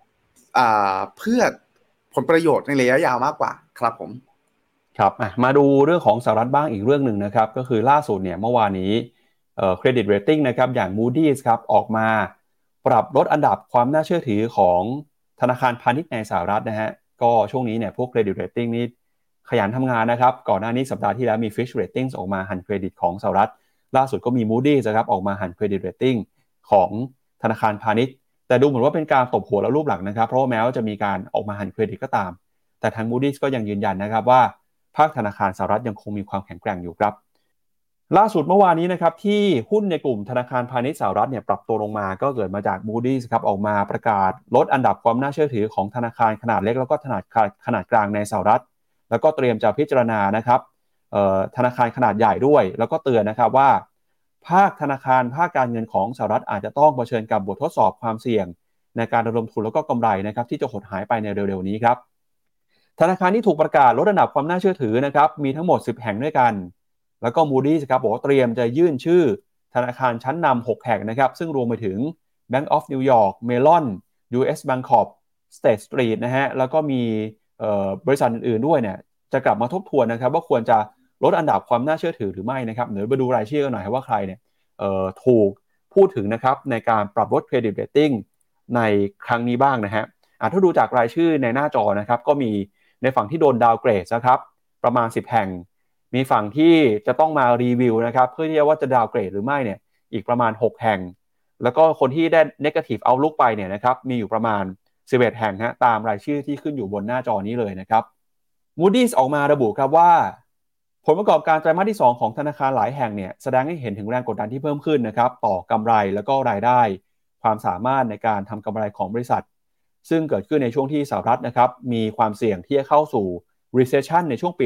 ผลประโยชน์ในระยะยาวมากกว่าครับผม
ครับมาดูเรื่องของสหรัฐบ้างอีกเรื่องหนึ่งนะครับก็คือล่าสุดเนี่ยเมื่อวานนี้เครดิตเรตติ้งนะครับอย่าง Moody's ครับออกมาปรับลดอันดับความน่าเชื่อถือของธนาคารพาณิชย์ในสหรัฐนะฮะก็ช่วงนี้เนี่ยพวกเครดิตเรตติ้งนี่ขยันทำงานนะครับก่อนหน้านี้สัปดาห์ที่แล้วมี Fitch Ratings ออกมาหันเครดิตของสหรัฐล่าสุดก็มี Moody's นะครับออกมาหันเครดิตเรตติ้งของธนาคารพาณิชย์แต่ดูเหมือนว่าเป็นการตบหัวแล้วรูปหลังนะครับเพราะว่าแม้ว่าจะมีการออกมาหันเครดิตก็ตามแต่ทาง Moody's ก็ยังยืนยันนะครับว่าภาคธนาคารสหรัฐยังคงมีความแข็งแกร่งอยู่ครับล่าสุดเมื่อวานนี้นะครับที่หุ้นในกลุ่มธนาคารพาณิชย์สหรัฐเนี่ยปรับตัวลงมาก็เกิดมาจาก Moody's ครับออกมาประกาศลดอันดับความน่าเชื่อถือของธนาคารขนาดเล็กแล้วก็ขนาดกลางในสหรัฐแล้วก็เตรียมจะพิจารณานะครับธนาคารขนาดใหญ่ด้วยแล้วก็เตือนนะครับว่าภาคธนาคารภาคการเงินของสหรัฐอาจจะต้องเผชิญกับบททดสอบความเสี่ยงในการระดมทุนแล้วก็กำไรนะครับที่จะหดหายไปในเร็วๆนี้ครับธนาคารที่ถูกประกาศลดอันดับความน่าเชื่อถือนะครับมีทั้งหมด10แห่งด้วยกันแล้วก็ Moody's ครับบอกว่าเตรียมจะยื่นชื่อธนาคารชั้นนำ6แห่งนะครับซึ่งรวมไปถึง Bank of New York, Mellon, US Bancorp, State Street นะฮะแล้วก็มีบริษัทอื่นๆด้วยเนี่ยจะกลับมาทบทวนนะครับว่าควรจะลดอันดับความน่าเชื่อถือหรือไม่นะครับเดี๋ยวไปดูรายชื่อกันหน่อยว่าใครเนี่ยถูกพูดถึงนะครับในการปรับลดเครดิตเรตติ้งในครั้งนี้บ้างนะฮะถ้าดูจากรายชื่อในหน้าจอนะครับก็มีในฝั่งที่โดนดาวเกรดนะครับประมาณ10แห่งมีฝั่งที่จะต้องมารีวิวนะครับเพื่อที่ว่าจะดาวเกรดหรือไม่เนี่ยอีกประมาณ6แห่งแล้วก็คนที่ได้ negative outlook ไปเนี่ยนะครับมีอยู่ประมาณ11แห่งฮะตามรายชื่อที่ขึ้นอยู่บนหน้าจอนี้เลยนะครับ Moody's ออกมาระบุครับว่าผลประกอบการไตรมาสที่2ของธนาคารหลายแห่งเนี่ยแสดงให้เห็นถึงแรงกดดันที่เพิ่มขึ้นนะครับต่อกำไรแล้วก็รายได้ความสามารถในการทำกำไรของบริษัทซึ่งเกิดขึ้นในช่วงที่สหรัฐนะครับมีความเสี่ยงที่จะเข้าสู่ recession ในช่วงปี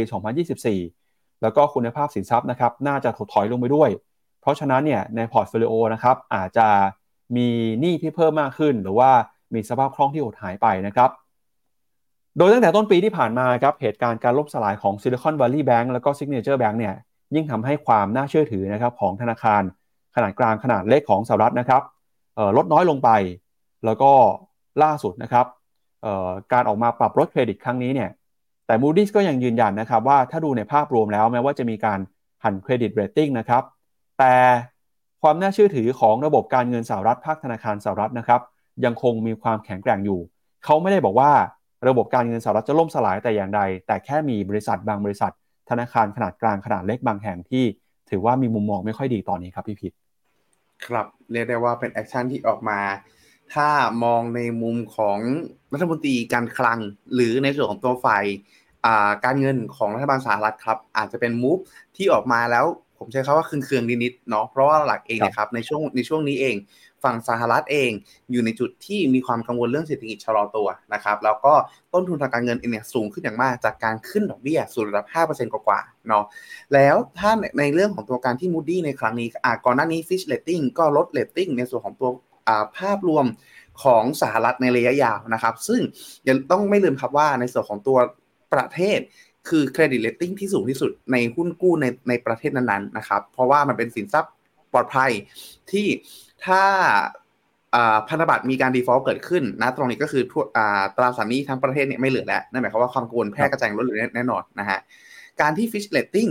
2024 แล้วก็คุณภาพสินทรัพย์นะครับน่าจะถดถอยลงไปด้วยเพราะฉะนั้นเนี่ยในพอร์ตโฟลิโอนะครับอาจจะมีหนี้ที่เพิ่มมากขึ้นหรือว่ามีสภาพคล่องที่หดหายไปนะครับโดยตั้งแต่ต้นปีที่ผ่านมาครับเหตุการณ์การล่มสลายของ Silicon Valley Bank แล้วก็ Signature Bank เนี่ยยิ่งทำให้ความน่าเชื่อถือนะครับของธนาคารขนาดกลางขนาดเล็กของสหรัฐนะครับลดน้อยลงไปแล้วก็ล่าสุดนะครับการออกมาปรับลดเครดิตครั้งนี้เนี่ยแต่ Moody's ก็ยังยืนยันนะครับว่าถ้าดูในภาพรวมแล้วแม้ว่าจะมีการหันเครดิตเรตติ้งนะครับแต่ความน่าเชื่อถือของระบบการเงินสหรัฐภาคธนาคารสหรัฐนะครับยังคงมีความแข็งแกร่งอยู่เขาไม่ได้บอกว่าระบบการเงินสหรัฐจะล่มสลายแต่อย่างใดแต่แค่มีบริษัทบางบริษัทธนาคารขนาดกลางขนาดเล็กบางแห่งที่ถือว่ามีมุมมองไม่ค่อยดีตอนนี้ครับพี่พิษ
ครับเรียกได้ว่าเป็นแอคชั่นที่ออกมาถ้ามองในมุมของรัฐมนตรีการคลังหรือในส่วนของตัวฝ่ายการเงินของรัฐบาลสหรัฐครับอาจจะเป็นมูฟที่ออกมาแล้วผมใช้คำว่าเคืองๆนิดๆเนาะเพราะว่าหลักเองนะครับในช่วงนี้เองฝั่งสหรัฐเองอยู่ในจุดที่มีความกังวลเรื่องเศรษฐกิจชะลอตัวนะครับแล้วก็ต้นทุนทางการเงินเนี่ยสูงขึ้นอย่างมากจากการขึ้นดอกเบี้ยสู่ระดับ 5% กว่าๆเนาะแล้วถ้าในเรื่องของตัวการที่ Moody ในครั้งนี้ก่อนหน้านี้ Fitch Rating ก็ลด Rating ในส่วนของตัวภาพรวมของสหรัฐในระยะยาวนะครับซึ่งยังต้องไม่ลืมครับว่าในส่วนของตัวประเทศคือเครดิตเรตติ้งที่สูงที่สุดในหุ้นกู้ในประเทศนั้นๆนะครับเพราะว่ามันเป็นสินทรัพย์ปลอดภัยที่ถ้าพันธบัตรมีการ default เกิดขึ้นนะตรงนี้ก็คือตราสารหนี้ทั้งประเทศเนี่ยไม่เหลือแล้วนั่นหมายความว่าความกังวลแพร่กระจายลดเหลือแน่นอนนะฮะการที่ Fitch Rating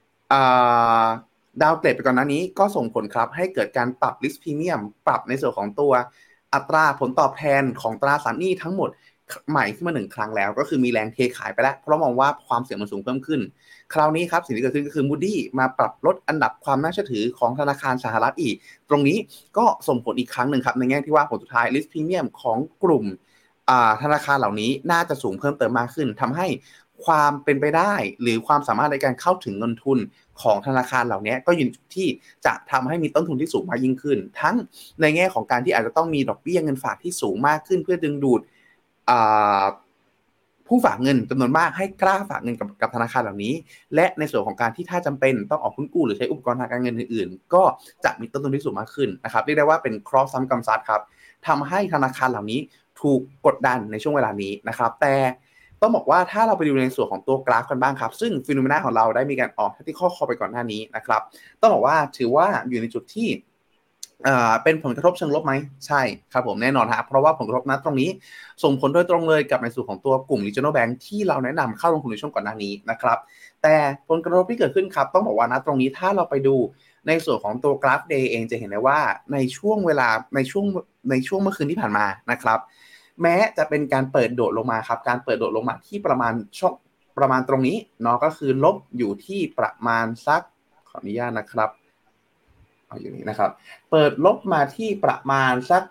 ดาวเกรดไปก่อนหน้านี้ก็ส่งผลครับให้เกิดการปรับ risk premium ปรับในส่วนของตัวอัตราผลตอบแทนของตราสารหนี้ทั้งหมดใหม่ขึ้นมา1ครั้งแล้วก็คือมีแรงเทขายไปแล้วเพราะมองว่าความเสี่ยงมันสูงเพิ่มขึ้นคราวนี้ครับสิ่งที่เกิดขึ้นก็คือ Moody มาปรับลดอันดับความน่าเชื่อถือของธนาคารสหรัฐอีกตรงนี้ก็ส่งผลอีกครั้งหนึ่งครับในแง่ที่ว่าผลสุดท้าย risk premium ของกลุ่มธนาคารเหล่านี้น่าจะสูงเพิ่มเติมมากขึ้นทำให้ความเป็นไปได้หรือความสามารถในการเข้าถึงเงินทุนของธนาคารเหล่านี้ก็อยู่ที่จะทำให้มีต้นทุนที่สูงมากยิ่งขึ้นทั้งในแง่ของการที่อาจจะต้องมีดอกเบี้ยเงินฝากที่สูงมากขึ้นเพื่อดึงดูดผู้ฝากเงินจำนวนมากให้กล้าฝากเงินกับธนาคารเหล่านี้และในส่วนของการที่ถ้าจำเป็นต้องออกหุ้นกู้หรือใช้อุปกรณ์ทางการเงินอื่นๆก็จะมีต้นทุนที่สูงมากขึ้นนะครับเรียกได้ว่าเป็นครอสซ้ำกำซัดครับทำให้ธนาคารเหล่านี้ถูกกดดันในช่วงเวลานี้นะครับแต่ต้องบอกว่าถ้าเราไปดูในส่วนของตัวกราฟกันบ้างครับซึ่งฟีโนเมนาของเราได้มีการออกที่ข้อไปก่อนหน้านี้นะครับต้องบอกว่าถือว่าอยู่ในจุดที่เป็นผลกระทบเชิงลบไหมใช่ครับผมแน่นอนครับเพราะว่าผลกระทบนั้นตรงนี้ส่งผลโดยตรงเลยกับในส่วนของตัวกลุ่ม Regional Bank ที่เราแนะนำเข้าลงทุนในช่วงก่อนหน้านี้นะครับแต่ผลกระทบที่เกิดขึ้นครับต้องบอกว่าณตรงนี้ถ้าเราไปดูในส่วนของตัวกราฟ Day เองจะเห็นได้ว่าในช่วงเวลาในช่วงเมื่อคืนที่ผ่านมานะครับแม้จะเป็นการเปิดโดดลงมาครับการเปิดโดดลงมาที่ประมาณช่องประมาณตรงนี้เนาะก็คือลบอยู่ที่ประมาณสักขออนุญาตนะครับอยู่นี้นะครับเปิดลบมาที่ประมาณสัก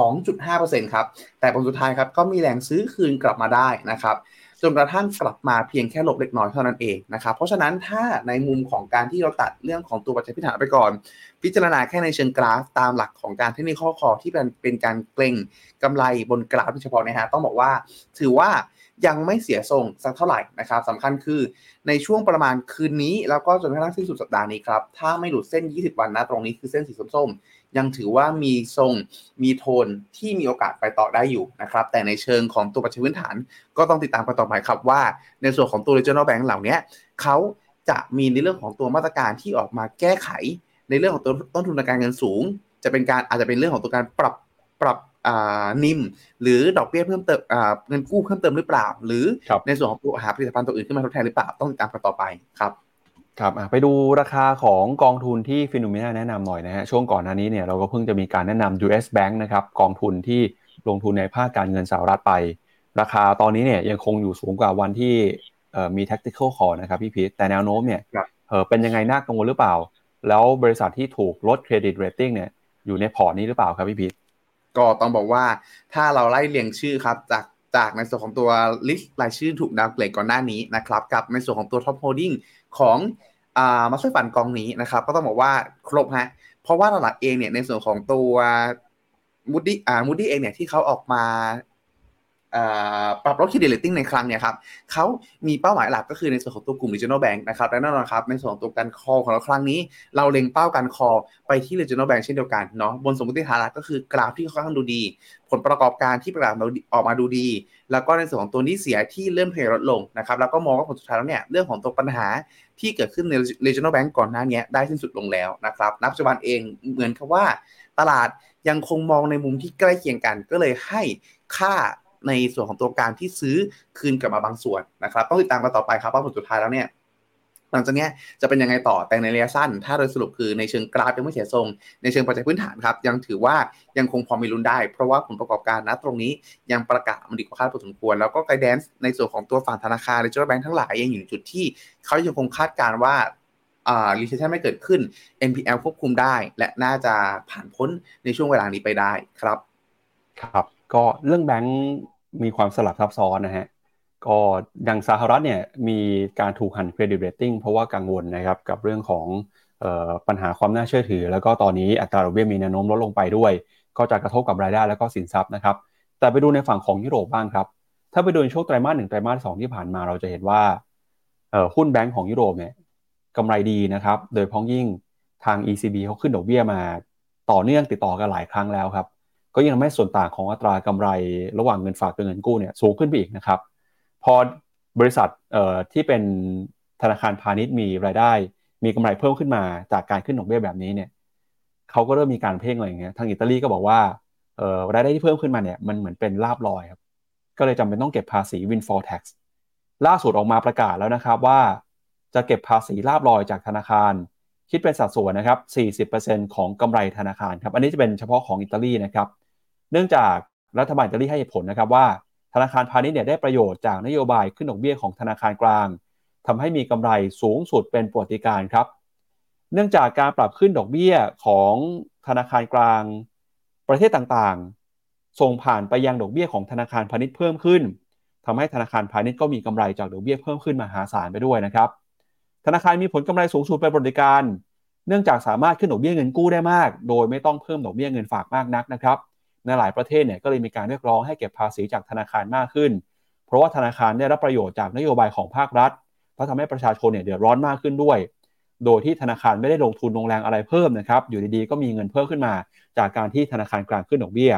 2.5% ครับแต่ผลสุดท้ายครับก็มีแรงซื้อคืนกลับมาได้นะครับจนกระทั่งกลับมาเพียงแค่ลบเล็กน้อยเท่านั้นเองนะครับเพราะฉะนั้นถ้าในมุมของการที่เราตัดเรื่องของตัวปัจจัยพื้นฐานไปก่อนพิจารณาแค่ในเชิงกราฟตามหลักของการเทคนิคคอที่เป็นการเกร็งกำไรบนกราฟโดยเฉพาะนะฮะต้องบอกว่าถือว่ายังไม่เสียทรงสักเท่าไหร่นะครับสำคัญคือในช่วงประมาณคืนนี้แล้วก็จนกระทั่งสิ้นสุดสัปดาห์นี้ครับถ้าไม่หลุดเส้น20วันนะตรงนี้คือเส้นสีส้มๆยังถือว่ามีทรงมีโทนที่มีโอกาสไปต่อได้อยู่นะครับแต่ในเชิงของตัวปัจจัยพื้นฐานก็ต้องติดตามกันต่อไปครับว่าในส่วนของตัว Regional Bank เหล่านี้เขาจะมีในเรื่องของตัวมาตรการที่ออกมาแก้ไขในเรื่องของตัวต้นทุนทางการเงินสูงจะเป็นการอาจจะเป็นเรื่องของตัวการปรับนิมหรือดอกเบี้ยเพิ่มเติมเงินกู้เพิ่มเติมหรือเปล่าหรือในส่วนของตัวหาผลิตภัณฑ์ตัวอื่นขึ้นมาทดแทนหรือเปล่าต้องติดตามกันต่อไปครับ
ครับไปดูราคาของกองทุนที่ฟิโนเมนาแนะนำหน่อยนะฮะช่วงก่อนหน้านี้เนี่ยเราก็เพิ่งจะมีการแนะนำ US Bank นะครับกองทุนที่ลงทุนในภาคการเงินสหรัฐไปราคาตอนนี้เนี่ยยังคงอยู่สูงกว่าวันที่มี tactical call นะครับพี่พีทแต่แนวโน้มเนี่ยเป็นยังไงน่ากังวลหรือเปล่าแล้วบริษัทที่ถูกลดเครดิตเรตติ้งเนี่ยอยู่ในพอร์ตนี้หรือเปล่าครับพี่พีท
ก็ต้องบอกว่าถ้าเราไล่เรียงชื่อครับจากในส่วนของตัวลิสต์รายชื่อถูกดาวเกรดก่อนหน้านี้นะครับกับในส่วนของตัวท็อปโฮลดิ้งของมาช่วยฝันกองนี้นะครับก็ต้องบอกว่าครบฮะเพราะว่าหลักเองเนี่ยในส่วนของตัวมูดดี้เองเนี่ยที่เขาออกมาปรับลดเครดิตเรตติ้งในครั้งเนี่ยครับเขามีเป้าหมายหลักก็คือในส่วนของตัวกลุ่ม Regional Bank นะครับและแน่นอนครับในส่วนของตัวการคอของเราครั้งนี้เราเล็งเป้าการคอไปที่ Regional Bank เช่นเดียวกันเนาะบนสมมติฐานหลักก็คือกราฟที่ค่อนข้างดูดีผลประกอบการที่ประกาศออกมาดูดีแล้วก็ในส่วนของตัวหนี้เสียที่เริ่มทยอยลดลงนะครับแล้วก็มองว่าผลสุดท้ายแล้วเนี่ยเรื่องของตัวปัญหาที่เกิดขึ้นใน Regional Bank ก่อนหน้านี้ได้สิ้นสุดลงแล้วนะครับณปัจจุบันเองเหมือนกับว่าตลาดยังคงมองในมุมที่ใกล้เคียงกันก็เลยให้ค่าในส่วนของตัวการที่ซื้อคืนกลับมาบางส่วนนะครับต้องติดตามกันต่อไปครับว่าผลสุดท้ายแล้วเนี่ยหลังจากนี้จะเป็นยังไงต่อแต่ในระยะสั้นถ้าโดยสรุปคือในเชิงกราฟยังไม่เสียทรงในเชิงปัจจัยพื้นฐานครับยังถือว่ายังคงพอมีลุ้นได้เพราะว่าผลประกอบการนะตรงนี้ยังประกาศมันดีกว่าคาดพอสมควรแล้วก็ไกด์แดนซ์ในส่วนของตัวฝั่งธนาคาร Regional Bank ทั้งหลายยังอยู่ในจุดที่เขายังคงคาดการณ์ว่าrecession ไม่เกิดขึ้น NPL ควบคุมได้และน่าจะผ่านพ้นในช่วงเวลานี้ไปได้ครับ
ครับก็เรื่องแบงก์มีความสลับซับซ้อนนะฮะก็อย่างสหรัฐเนี่ยมีการถูกหันเครดิตเรตติ้งเพราะว่ากังวลนะครับกับเรื่องของปัญหาความน่าเชื่อถือแล้วก็ตอนนี้อัตราดอกเบี้ยมีแนวโน้มลดลงไปด้วยก็จะกระทบกับรายได้แล้วก็สินทรัพย์นะครับแต่ไปดูในฝั่งของยุโรปบ้างครับถ้าไปดูในช่วงไตรมาส1ไตรมาส2ที่ผ่านมาเราจะเห็นว่าหุ้นแบงก์ของยุโรปเนี่ยกำไรดีนะครับโดยเฉพาะยิ่งทาง ECB เขาขึ้นดอกเบี้ยมาต่อเนื่องติดต่อกันหลายครั้งแล้วครับก็ยังทำให้ส่วนต่างของอัตรากำไรระหว่างเงินฝากกับเงินกู้เนี่ยสูงขึ้นไปอีกนะครับพอบริษัทที่เป็นธนาคารพาณิชย์มีรายได้มีกำไรเพิ่มขึ้นมาจากการขึ้นดอกเบี้ยแบบนี้เนี่ยเขาก็เริ่มมีการเพ่งอะไรอย่างเงี้ยทางอิตาลีก็บอกว่ารายได้ที่เพิ่มขึ้นมาเนี่ยมันเหมือนเป็นลาภลอยครับก็เลยจำเป็นต้องเก็บภาษี windfall tax ล่าสุดออกมาประกาศแล้วนะครับว่าจะเก็บภาษีลาภลอยจากธนาคารคิดเป็นสัดส่วนนะครับ 40% ของกำไรธนาคารครับอันนี้จะเป็นเฉพาะของอิตาลีนะครับเนื่องจากรัฐบาลอิตาลีให้เหตุผลนะครับว่าธนาคารพาณิชย์เนี่ยได้ประโยชน์จากนโยบายขึ้นดอกเบี้ยของธนาคารกลางทำให้มีกำไรสูงสุดเป็นประวัติการณ์ครับเนื่องจากการปรับขึ้นดอกเบี้ยของธนาคารกลางประเทศต่างๆส่งผ่านไปยังดอกเบี้ยของธนาคารพาณิชย์เพิ่มขึ้นทำให้ธนาคารพาณิชย์ก็มีกำไรจากดอกเบี้ยเพิ่มขึ้นมหาศาลไปด้วยนะครับธนาคารมีผลกำไรสูงสุดเป็นประวัติการณ์เนื่องจากสามารถขึ้นดอกเบี้ยเงินกู้ได้มากโดยไม่ต้องเพิ่มดอกเบี้ยเงินฝากมากนักนะครับในหลายประเทศเนี่ยก็เลยมีการเรียกร้องให้เก็บภาษีจากธนาคารมากขึ้นเพราะว่าธนาคารได้รับประโยชน์จากนโยบายของภาครัฐและทำให้ประชาชนเนี่ยเดือดร้อนมากขึ้นด้วยโดยที่ธนาคารไม่ได้ลงทุนลงแรงอะไรเพิ่มนะครับอยู่ดีๆก็มีเงินเพิ่มขึ้นมาจากการที่ธนาคารกลางขึ้นดอกเบี้ย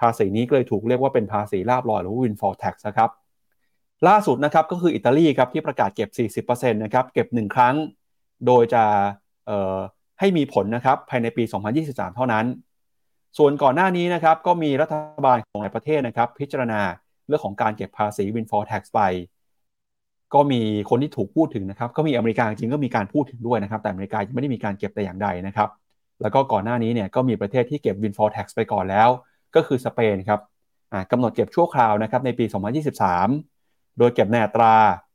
ภาษีนี้ก็เลยถูกเรียกว่าเป็นภาษีลาภลอยหรือ windfall tax นะครับล่าสุดนะครับก็คืออิตาลีครับที่ประกาศเก็บ 40% นะครับเก็บ1ครั้งโดยจะให้มีผลนะครับภายในปี 2023 เท่านั้นส่วนก่อนหน้านี้นะครับก็มีรัฐบาลของหลายประเทศนะครับพิจารณาเรื่องของการเก็บภาษี windfall tax ไปก็มีคนที่ถูกพูดถึงนะครับก็มีอเมริกาจริงก็มีการพูดถึงด้วยนะครับแต่อเมริกายังไม่ได้มีการเก็บแต่อย่างใดนะครับแล้วก็ก่อนหน้านี้เนี่ยก็มีประเทศที่เก็บ windfall tax ไปก่อนแล้วก็คือสเปนครับกำหนดเก็บชั่วคราวนะครับในปี 2023 โดยเก็บในอัตรา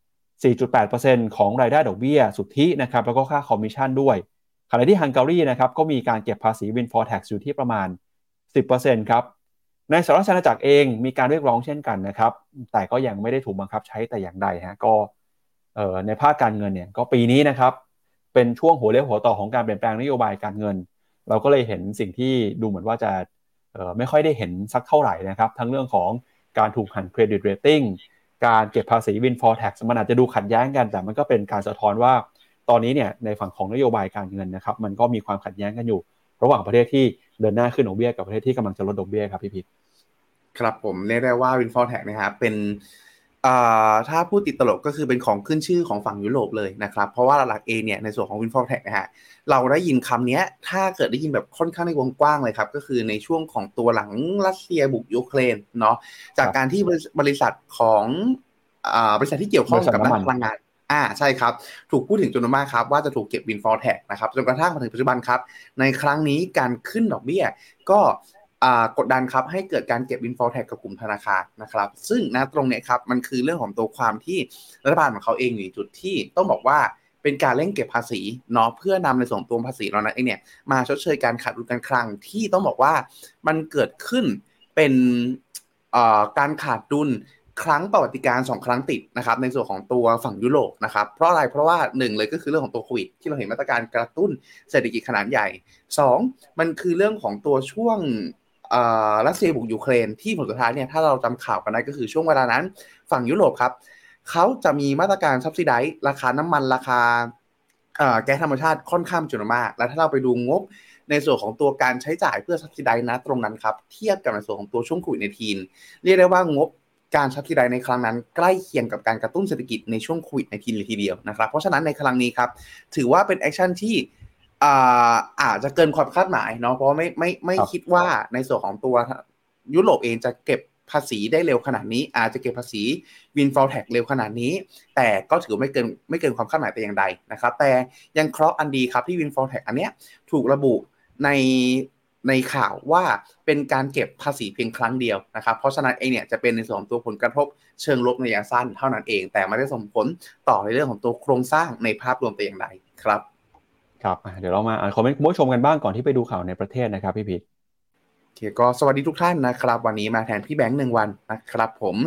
4.8% ของรายได้ดอกเบี้ยสุทธินะครับแล้วก็ค่าคอมมิชชั่นด้วยขณะที่ฮังการีนะครับก็มีการเก็บภาษี windfall tax อยู่ที่ประมาณ 10% ครับในสหรัฐอเมริกาเองมีการเรียกร้องเช่นกันนะครับแต่ก็ยังไม่ได้ถูกบังคับใช้แต่อย่างใดฮะก็ในภาคการเงินเนี่ยก็ปีนี้นะครับเป็นช่วงหัวเลี้ยวหัวต่อของการเปลี่ยนแปลงนโยบายการเงินเราก็เลยเห็นสิ่งที่ดูเหมือนว่าจะไม่ค่อยได้เห็นสักเท่าไหร่นะครับทั้งเรื่องของการถูกหันเครดิตเรตติ้งการเก็บภาษี windfall tax มันอาจจะดูขัดแย้งกันแต่มันก็เป็นการสะท้อนว่าตอนนี้เนี่ยในฝั่งของนโยบายการเงินนะครับมันก็มีความขัดแย้งกันอยู่ระหว่างประเทศที่เดินหน้าขึ้นดอกเบี้ยกับประเทศที่กำลังจะลดดอกเบี้ยครับพี่พิษ
ครับผมเรียกได้ว่า windfall tax นะครับเป็นถ้าพูดติดตลกก็คือเป็นของขึ้นชื่อของฝั่งยุโรปเลยนะครับเพราะว่าหลักๆเองเนี่ยในส่วนของ windfall tax นะฮะเราได้ยินคำนี้ถ้าเกิดได้ยินแบบค่อนข้างในวงกว้างเลยครับก็คือในช่วงของตัวหลังรัสเซียบุกยูเครนเนาะจากการที่บริษัทของบริษัทที่เกี่ยวข้องกับด้านพลังงานใช่ครับถูกพูดถึงจำนวนมากครับว่าจะถูกเก็บ windfall tax นะครับจนกระทั่งมาถึงปัจจุบันครับในครั้งนี้การขึ้นดอกเบี้ยก็กดดันครับให้เกิดการเก็บ windfall tax กับกลุ่มธนาคารนะครับซึ่งตรงนี้ครับมันคือเรื่องของตัวความที่รัฐบาลของเขาเองอยู่ในจุดที่ต้องบอกว่าเป็นการเร่งเก็บภาษีเนาะเพื่อนำในส่วนตัวภาษีเหล่านั้นเองเนี่ยมาชดเชยการขาดดุลการคลังที่ต้องบอกว่ามันเกิดขึ้นเป็นการขาดดุลครั้งประวัติการ2ครั้งติดนะครับในส่วนของตัวฝั่งยุโรปนะครับเพราะอะไรเพราะว่า1เลยก็คือเรื่องของตัวโควิดที่เราเห็นมาตรการกระตุ้นเศรษฐกิจขนาดใหญ่2มันคือเรื่องของตัวช่วงรัสเซียบุกยูเครนที่ผลสุดท้ายเนี่ยถ้าเราจำข่าวกันได้ก็คือช่วงเวลานั้นฝั่งยุโรปครับเขาจะมีมาตรการซับซิไดซ์ราคาน้ำมันราคาแก๊สธรรมชาติค่อนข้างจำนวนมากและถ้าเราไปดูงบในส่วนของตัวการใช้จ่ายเพื่อซับซิไดซ์ตรงนั้นครับเทียบกับในส่วนของตัวช่วงโควิด-19 เรียกได้ว่างบการซับซิไดซ์ในครั้งนั้นใกล้เคียงกับการกระตุ้นเศรษฐกิจในช่วงโควิด-19 เลยทีเดียวนะครับเพราะฉะนั้นในครั้งนี้ครับถือว่าเป็นแอคชั่นที่อาจจะเกินความคาดหมายเนาะเพราะไม่คิดว่าในส่วนของตัวยุโรปเองจะเก็บภาษีได้เร็วขนาดนี้อาจจะเก็บภาษี windfall tax เร็วขนาดนี้แต่ก็ถือไม่เกินความคาดหมายแต่อย่างใดนะครับแต่ยังเคราะห์อันดีครับที่ windfall tax อันเนี้ยถูกระบุในข่าวว่าเป็นการเก็บภาษีเพียงครั้งเดียวนะครับเพราะฉะนั้นเองเนี่ยจะเป็นในส่วนของตัวผลกระทบเชิงลบในระยะสั้นเท่านั้นเองแต่ไม่ได้ส่งผลต่อในเรื่องของตัวโครงสร้างในภาพรวมแต่อย่างใดครับ
ครับเดี๋ยวเรามาอ่านคอมเมนต์คุณผู้ชมกันบ้างก่อนที่ไปดูข่าวในประเทศนะครับพี่พิษ
โอเคก็สวัสดีทุกท่านนะครับวันนี้มาแทนพี่แบงค์1วันนะครับผม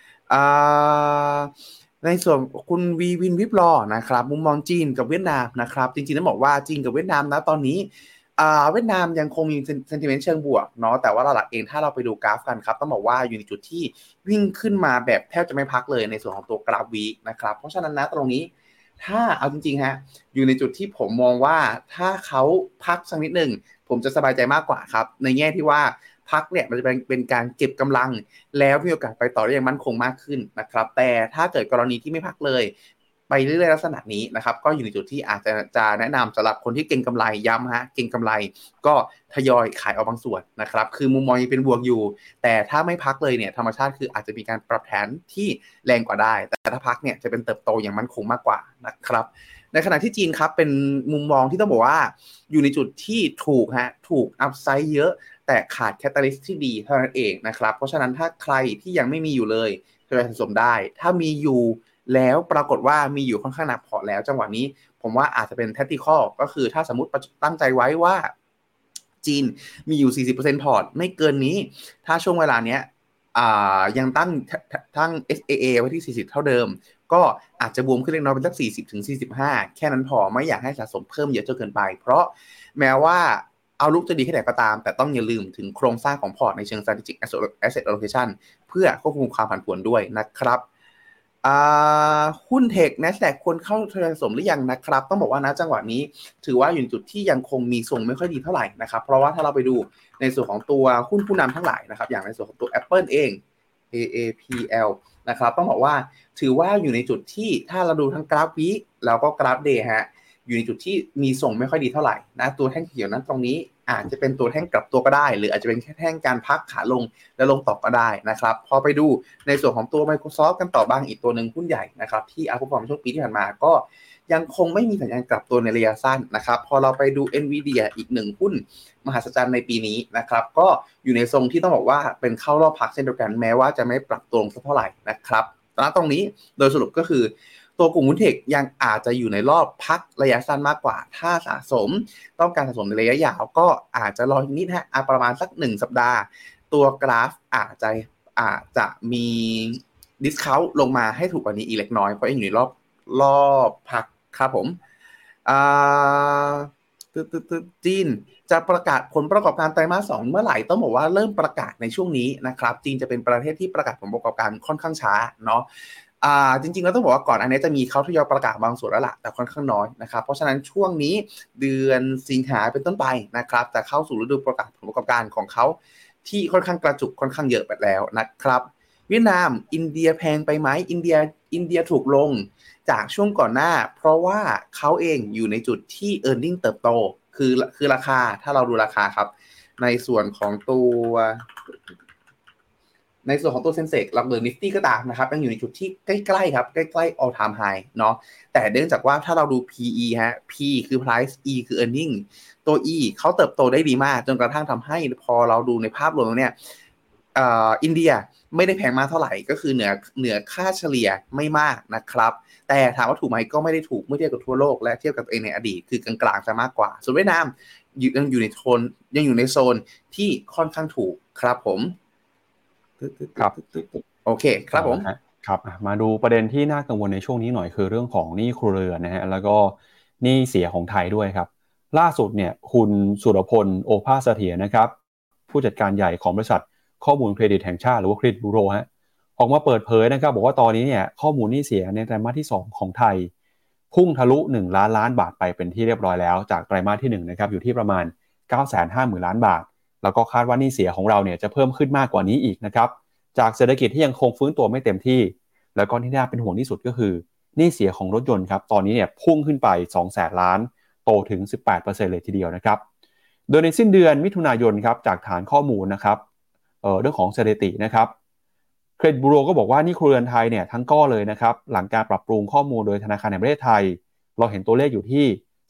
ในส่วนคุณวีวินวิปลอนะครับมุมมองจีนกับเวียดนามนะครับจริงๆต้องบอกว่าจีนกับเวียดนามนะตอนนี้เวียดนามยังคงมีเซนติเมนต์เชิงบวกเนาะแต่ว่าหลักๆเองถ้าเราไปดูกราฟกันครับต้องบอกว่าอยู่ในจุดที่วิ่งขึ้นมาแบบแทบจะไม่พักเลยในส่วนของตัวกราฟวีคนะครับเพราะฉะนั้นนะตรงนี้ถ้าเอาจริงๆฮะอยู่ในจุดที่ผมมองว่าถ้าเขาพักสักนิดหนึ่งผมจะสบายใจมากกว่าครับในแง่ที่ว่าพักเนี่ยมันจะเป็นการเก็บกำลังแล้วมีโอกาสไปต่อได้อย่างมั่นคงมากขึ้นนะครับแต่ถ้าเกิดกรณีที่ไม่พักเลยไปเรื่อยๆลักษณะนี้นะครับก็อยู่ในจุดที่อาจจะแนะนำสำหรับคนที่เก็งกำไรย้ำฮะเก็งกำไรก็ทยอยขายออกบางส่วนนะครับคือมุมมองยังเป็นบวกอยู่แต่ถ้าไม่พักเลยเนี่ยธรรมชาติคืออาจจะมีการปรับแผนที่แรงกว่าได้แต่ถ้าพักเนี่ยจะเป็นเติบโตอย่างมั่นคงมากกว่านะครับในขณะที่จีนครับเป็นมุมมองที่ต้องบอกว่าอยู่ในจุดที่ถูกอัพไซด์เยอะแต่ขาดแคตตาลิสต์ที่ดีเท่านั้นเองนะครับเพราะฉะนั้นถ้าใครที่ยังไม่มีอยู่เลยจะสะสมได้ถ้ามีอยู่แล้วปรากฏว่ามีอยู่ค่อนข้างหนักพอแล้วจังหวะนี้ผมว่าอาจจะเป็น tactical ก็คือถ้าสมมุติตั้งใจไว้ว่าจีนมีอยู่ 40% พอร์ตไม่เกินนี้ถ้าช่วงเวลาเนี้ยยังตั้ง SAA ไว้ที่40เท่าเดิมก็อาจจะบวมขึ้นเล็กน้อยเป็นสัก40-45แค่นั้นพอไม่อยากให้สะสมเพิ่มเยอะจนเกินไปเพราะแม้ว่าเอาลุกจะดีแค่ไหนก็ตามแต่ต้องอย่าลืมถึงโครงสร้างของพอร์ตในเชิง strategic asset allocation เพื่อควบคุมความผันผวนด้วยนะครับหุ้นเทค NASDAQ ควรเข้าทยอยสะสมหรือยังนะครับต้องบอกว่าณจังหวะนี้ถือว่าอยู่ในจุดที่ยังคงมีทรงไม่ค่อยดีเท่าไหร่นะครับเพราะว่าถ้าเราไปดูในส่วนของตัวหุ้นผู้นำทั้งหลายนะครับอย่างในส่วนของตัว Apple เอง AAPL นะครับต้องบอกว่าถือว่าอยู่ในจุดที่ถ้าเราดูทั้งกราฟวีคแล้วก็กราฟเดย์ฮะอยู่ในจุดที่มีทรงไม่ค่อยดีเท่าไหร่นะตัวแท่งเขียวนั้นตรงนี้อาจจะเป็นตัวแท่งกลับตัวก็ได้หรืออาจจะเป็นแค่แท่งการพักขาลงแล้วลงต่อก็ได้นะครับพอไปดูในส่วนของตัว Microsoft กันต่อบ้างอีกตัวหนึ่งหุ้นใหญ่นะครับที่อัพพอร์ตช่วงปีที่ผ่านมาก็ยังคงไม่มีสัญญาณกลับตัวในระยะสั้นนะครับพอเราไปดู Nvidia อีกหนึ่งหุ้นมหัศจรรย์ในปีนี้นะครับก็อยู่ในทรงที่ต้องบอกว่าเป็นเข้ารอบพักเช่นเดียวกันแม้ว่าจะไม่ปรับตัวลงสักเท่าไหร่นะครับตรงนี้โดยสรุปก็คือตัวกลุ่มหุ้นเทคยังอาจจะอยู่ในรอบพักระยะสั้นมากกว่าถ้าสะสมต้องการสะสมในระยะยาวก็อาจจะรออีกนิดฮะประมาณสัก1สัปดาห์ตัวกราฟอาจจะมีดิสเคาท์ลงมาให้ถูกกว่านี้อีกเล็กน้อยเพราะยังอยู่ในรอบพักครับผมจีนจะประกาศผลประกอบการไตรมาส 2เมื่อไหร่ต้องบอกว่าเริ่มประกาศในช่วงนี้นะครับจีนจะเป็นประเทศที่ประกาศผลประกอบการค่อนข้างช้าเนาะจริงๆแล้วต้องบอกว่าก่อนอันนี้จะมีเขาทยอยประกาศบางส่วนแล้วล่ะแต่ค่อนข้างน้อยนะครับเพราะฉะนั้นช่วงนี้เดือนสิงหาเป็นต้นไปนะครับจะเข้าสู่ฤดูประกาศผลประกอบการของเขาที่ค่อนข้างกระจุกค่อนข้างเยอะไปแล้วนะครับเวียดนามอินเดียแพงไปไหมอินเดียถูกลงจากช่วงก่อนหน้าเพราะว่าเขาเองอยู่ในจุดที่ earning เติบโตคือราคาถ้าเราดูราคาครับในส่วนของตัวเซนเซกหลักหรือนิฟตี้ก็ตามนะครับยังอยู่ในจุดที่ใกล้ๆครับใกล้ๆ all time high เนาะแต่เนื่องจากว่าถ้าเราดู PE ฮะ P คือ price E คือ earning ตัว E เขาเติบโตได้ดีมากจนกระทั่งทำให้พอเราดูในภาพรวมตรงเนี้ยอินเดียไม่ได้แพงมากเท่าไหร่ก็คือเหนือค่าเฉลี่ยไม่มากนะครับแต่ถามว่าถูกไหมก็ไม่ได้ถูกเมื่อเทียบกับทั่วโลกและเทียบกับตัวเองในอดีตคือกลางๆจะมากกว่าส่วนเวียดนามยังอยู่ในโซนที่ค่อนข้างถูกครับผม
ครับ
โอเคครับผม
ครับมาดูประเด็นที่น่ากังวลในช่วงนี้หน่อยคือเรื่องของหนี้ครัวเรือนนะฮะแล้วก็หนี้เสียของไทยด้วยครับล่าสุดเนี่ยคุณสุรพลโอภาสเสถียรนะครับผู้จัดการใหญ่ของบริษัทข้อมูลเครดิตแห่งชาติหรือว่าเครดิตบูโรฮะออกมาเปิดเผยนะครับบอกว่าตอนนี้เนี่ยข้อมูลหนี้เสียในไตรมาสที่2ของไทยพุ่งทะลุ1ล้านล้านบาทไปเป็นที่เรียบร้อยแล้วจากไตรมาสที่1นะครับอยู่ที่ประมาณ 950,000 ล้านบาทแล้วก็คาดว่าหนี้เสียของเราเนี่ยจะเพิ่มขึ้นมากกว่านี้อีกนะครับจากเศรษฐกิจที่ยังคงฟื้นตัวไม่เต็มที่แล้วก็ที่น่าเป็นห่วงที่สุดก็คือหนี้เสียของรถยนต์ครับตอนนี้เนี่ยพุ่งขึ้นไป 200,000 ล้านโตถึง 18% เลยทีเดียวนะครับโดยในสิ้นเดือนมิถุนายนครับจากฐานข้อมูลนะครับเรื่องของสถิตินะครับเครดิตบูโรก็บอกว่าหนี้ครัวเรือนไทยเนี่ยทั้งก้อนเลยนะครับหลังการปรับปรุงข้อมูลโดยธนาคารแห่งประเทศไทยเราเห็นตัวเลขอยู่ที่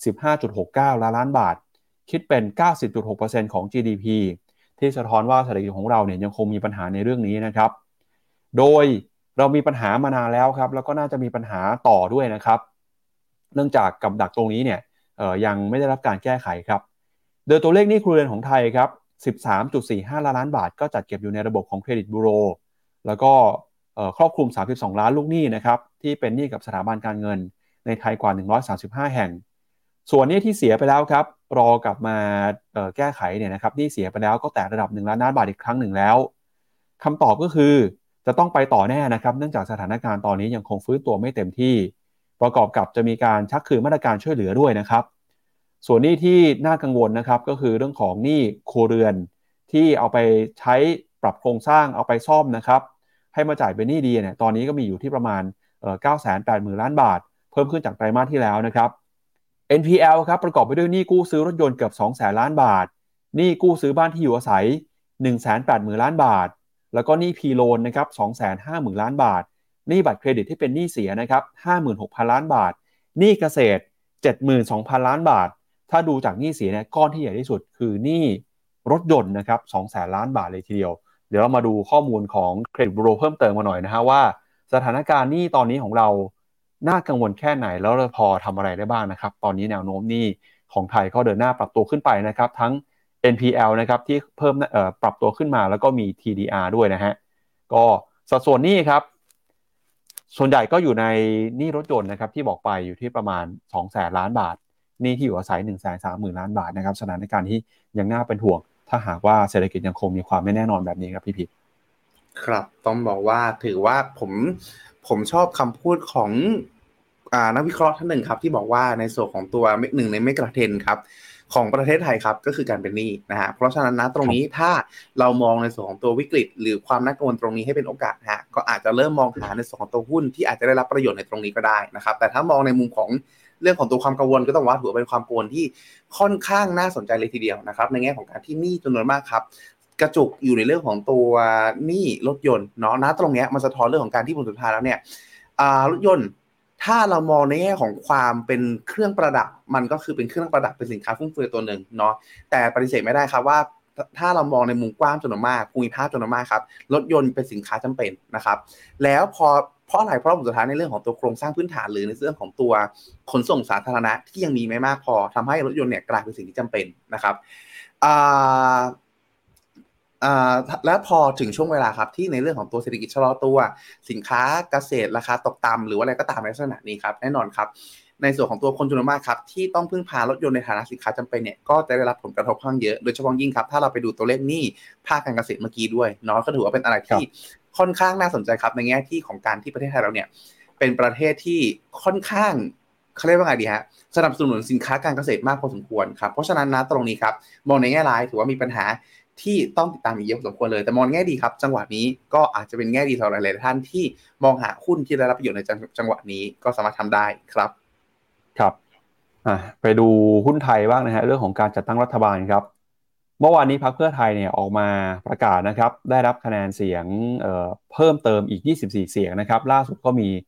15.69 ล้านบาทคิดเป็น 90.6% ของ GDP ที่สะท้อนว่าเศรษฐกิจของเราเนี่ยยังคงมีปัญหาในเรื่องนี้นะครับโดยเรามีปัญหามานานแล้วครับแล้วก็น่าจะมีปัญหาต่อด้วยนะครับเนื่องจากกับดักตรงนี้เนี่ยยังไม่ได้รับการแก้ไขครับโดยตัวเลขหนี้ครัวเรือนของไทยครับ 13.45 ล้านบาทก็จัดเก็บอยู่ในระบบของเครดิตบูโรแล้วก็ครอบคลุม32ล้านลูกหนี้นะครับที่เป็นหนี้กับสถาบันการเงินในไทยกว่า135แห่งส่วนนี้ที่เสียไปแล้วครับรอกลับมาแก้ไขเนี่ยนะครับหนี้เสียไปแล้วก็แตะระดับ1ล้านบาทอีกครั้งหนึ่งแล้วคำตอบก็คือจะต้องไปต่อแน่นะครับเนื่องจากสถานการณ์ตอนนี้ยังคงฟื้นตัวไม่เต็มที่ประกอบกับจะมีการชักคืนมาตรการช่วยเหลือด้วยนะครับส่วนหนี้ที่น่ากังวลนะครับก็คือเรื่องของหนี้ครัวเรือนที่เอาไปใช้ปรับโครงสร้างเอาไปซ่อมนะครับให้มาจ่ายเป็นหนี้ดีเนี่ยตอนนี้ก็มีอยู่ที่ประมาณ980,000 ล้านบาทเพิ่มขึ้นจากไตรมาสที่แล้วนะครับ NPL ครับประกอบไปด้วยหนี้กู้ซื้อรถยนต์เกือบ 200,000 ล้านบาทหนี้กู้ซื้อบ้านที่อยู่อาศัย 180,000 ล้านบาทแล้วก็หนี้พีโลนนะครับ 250,000 ล้านบาทหนี้บัตรเครดิตที่เป็นหนี้เสียนะครับ 56,000 ล้านบาทหนี้เกษตร 72,000 ล้านบาทถ้าดูจากหนี้เสียเนี่ยก้อนที่ใหญ่ที่สุดคือหนี้รถยนต์นะครับ 200,000 ล้านบาทเลยทีเดียวเดี๋ยวเรามาดูข้อมูลของเครดิตบูโรเพิ่มเติมมาหน่อยนะฮะว่าสถานการณ์หนี้ตอนนี้ของเราน่ากังวลแค่ไหนแล้วเราพอทำอะไรได้บ้างนะครับตอนนี้แนวโน้มหนี้ของไทยก็เดินหน้าปรับตัวขึ้นไปนะครับทั้ง NPL นะครับที่เพิ่มปรับตัวขึ้นมาแล้วก็มี TDR ด้วยนะฮะก็สัดส่วนหนี้ครับส่วนใหญ่ก็อยู่ในหนี้รถยนต์นะครับที่บอกไปอยู่ที่ประมาณ 200,000 ล้านบาทหนี้ที่อยู่อาศัย 130,000 ล้านบาทนะครับสถานการณ์ที่ยังน่าเป็นห่วงถ้าหากว่าเศรษฐกิจยังคงมีความไม่แน่นอนแบบนี้ครับพี่พิษ
ครับต้องบอกว่าถือว่าผมผมชอบคำพูดของนักวิเคราะห์ท่านหนึ่งครับที่บอกว่าในส่วนของตัวหนึ่งในเมกะเทรนด์ครับของประเทศไทยครับก็คือการเป็นหนี้นะฮะเพราะฉะนั้นนะตรงนี้ถ้าเรามองในส่วนของตัววิกฤตหรือความน่ากังวลตรงนี้ให้เป็นโอกาสฮะก็อาจจะเริ่มมองหาในส่วนของตัวหุ้นที่อาจจะได้รับประโยชน์ในตรงนี้ก็ได้นะครับแต่ถ้ามองในมุมของเรื่องของตัวความกังวลก็ต้องว่าถือเป็นความกังวลที่ค่อนข้างน่าสนใจเลยทีเดียวนะครับในแง่ของการที่หนี้จำนวนมากครับกระจุกอยู่ในเรื่องของตัวหนี้รถยนต์เนาะนะตรงนี้มันสะท้อนเรื่องของการที่ผลสุดท้ายแล้วเนี่ยรถยนต์ถ้าเรามองในแง่ของความเป็นเครื่องประดับมันก็คือเป็นเครื่องประดับเป็นสินค้าฟุ่มเฟือยตัวหนึ่งเนาะแต่ปฏิเสธไม่ได้ครับว่าถ้าเรามองในมุมกว้างจำนวนมากภูมิภาคจำนวนมากครับรถยนต์เป็นสินค้าจำเป็นนะครับแล้วเพราะอะไรเพราะผลสุดท้ายในเรื่องของตัวโครงสร้างพื้นฐานหรือในเรื่องของตัวขนส่งสาธารณะที่ยังมีไม่มากพอทำให้รถยนต์เนี่ยกลายเป็นสิ่งที่จำเป็นนะครับและพอถึงช่วงเวลาครับที่ในเรื่องของตัวเศรษฐกิจชะลอตัวสินค้าเกษตรราคาตกต่ำหรือว่าอะไรก็ตามในลักษณะนี้ครับแน่นอนครับในส่วนของตัวคนจำนวนมากครับที่ต้องพึ่งพารถยนต์ในฐานะสินค้าจำเป็นเนี่ยก็จะได้รับผลกระทบค่อนข้างเยอะโดยเฉพาะยิ่งครับถ้าเราไปดูตัวเลขหนี้ภาคการเกษตรเมื่อกี้ด้วยเนาะก็ถือว่าเป็นอะไรที่ค่อนข้างน่าสนใจครับในแง่ที่ของการที่ประเทศไทยเราเนี่ยเป็นประเทศที่ค่อนข้างเขาเรียกว่าไงดีฮะสนับสนุนสินค้าการเกษตรมากพอสมควรครับเพราะฉะนั้นนะตรงนี้ครับมองในแง่ร้ายถือว่ามีปัญหาที่ต้องติดตามอีกเยอะพอสมควรเลยแต่มองแง่ดีครับจังหวะนี้ก็อาจจะเป็นแง่ดีสำหรับหลายๆท่านที่มองหาหุ้นที่ได้รับประโยชน์ในจังหวะนี้ก็สามารถทำได้ครับ
ครับไปดูหุ้นไทยบ้างนะฮะเรื่องของการจัดตั้งรัฐบาลครับเมื่อวานนี้พรรคเพื่อไทยเนี่ยออกมาประกาศนะครับได้รับคะแนนเสียงเพิ่มเติมอีก24เสียงนะครับล่าสุดก็มี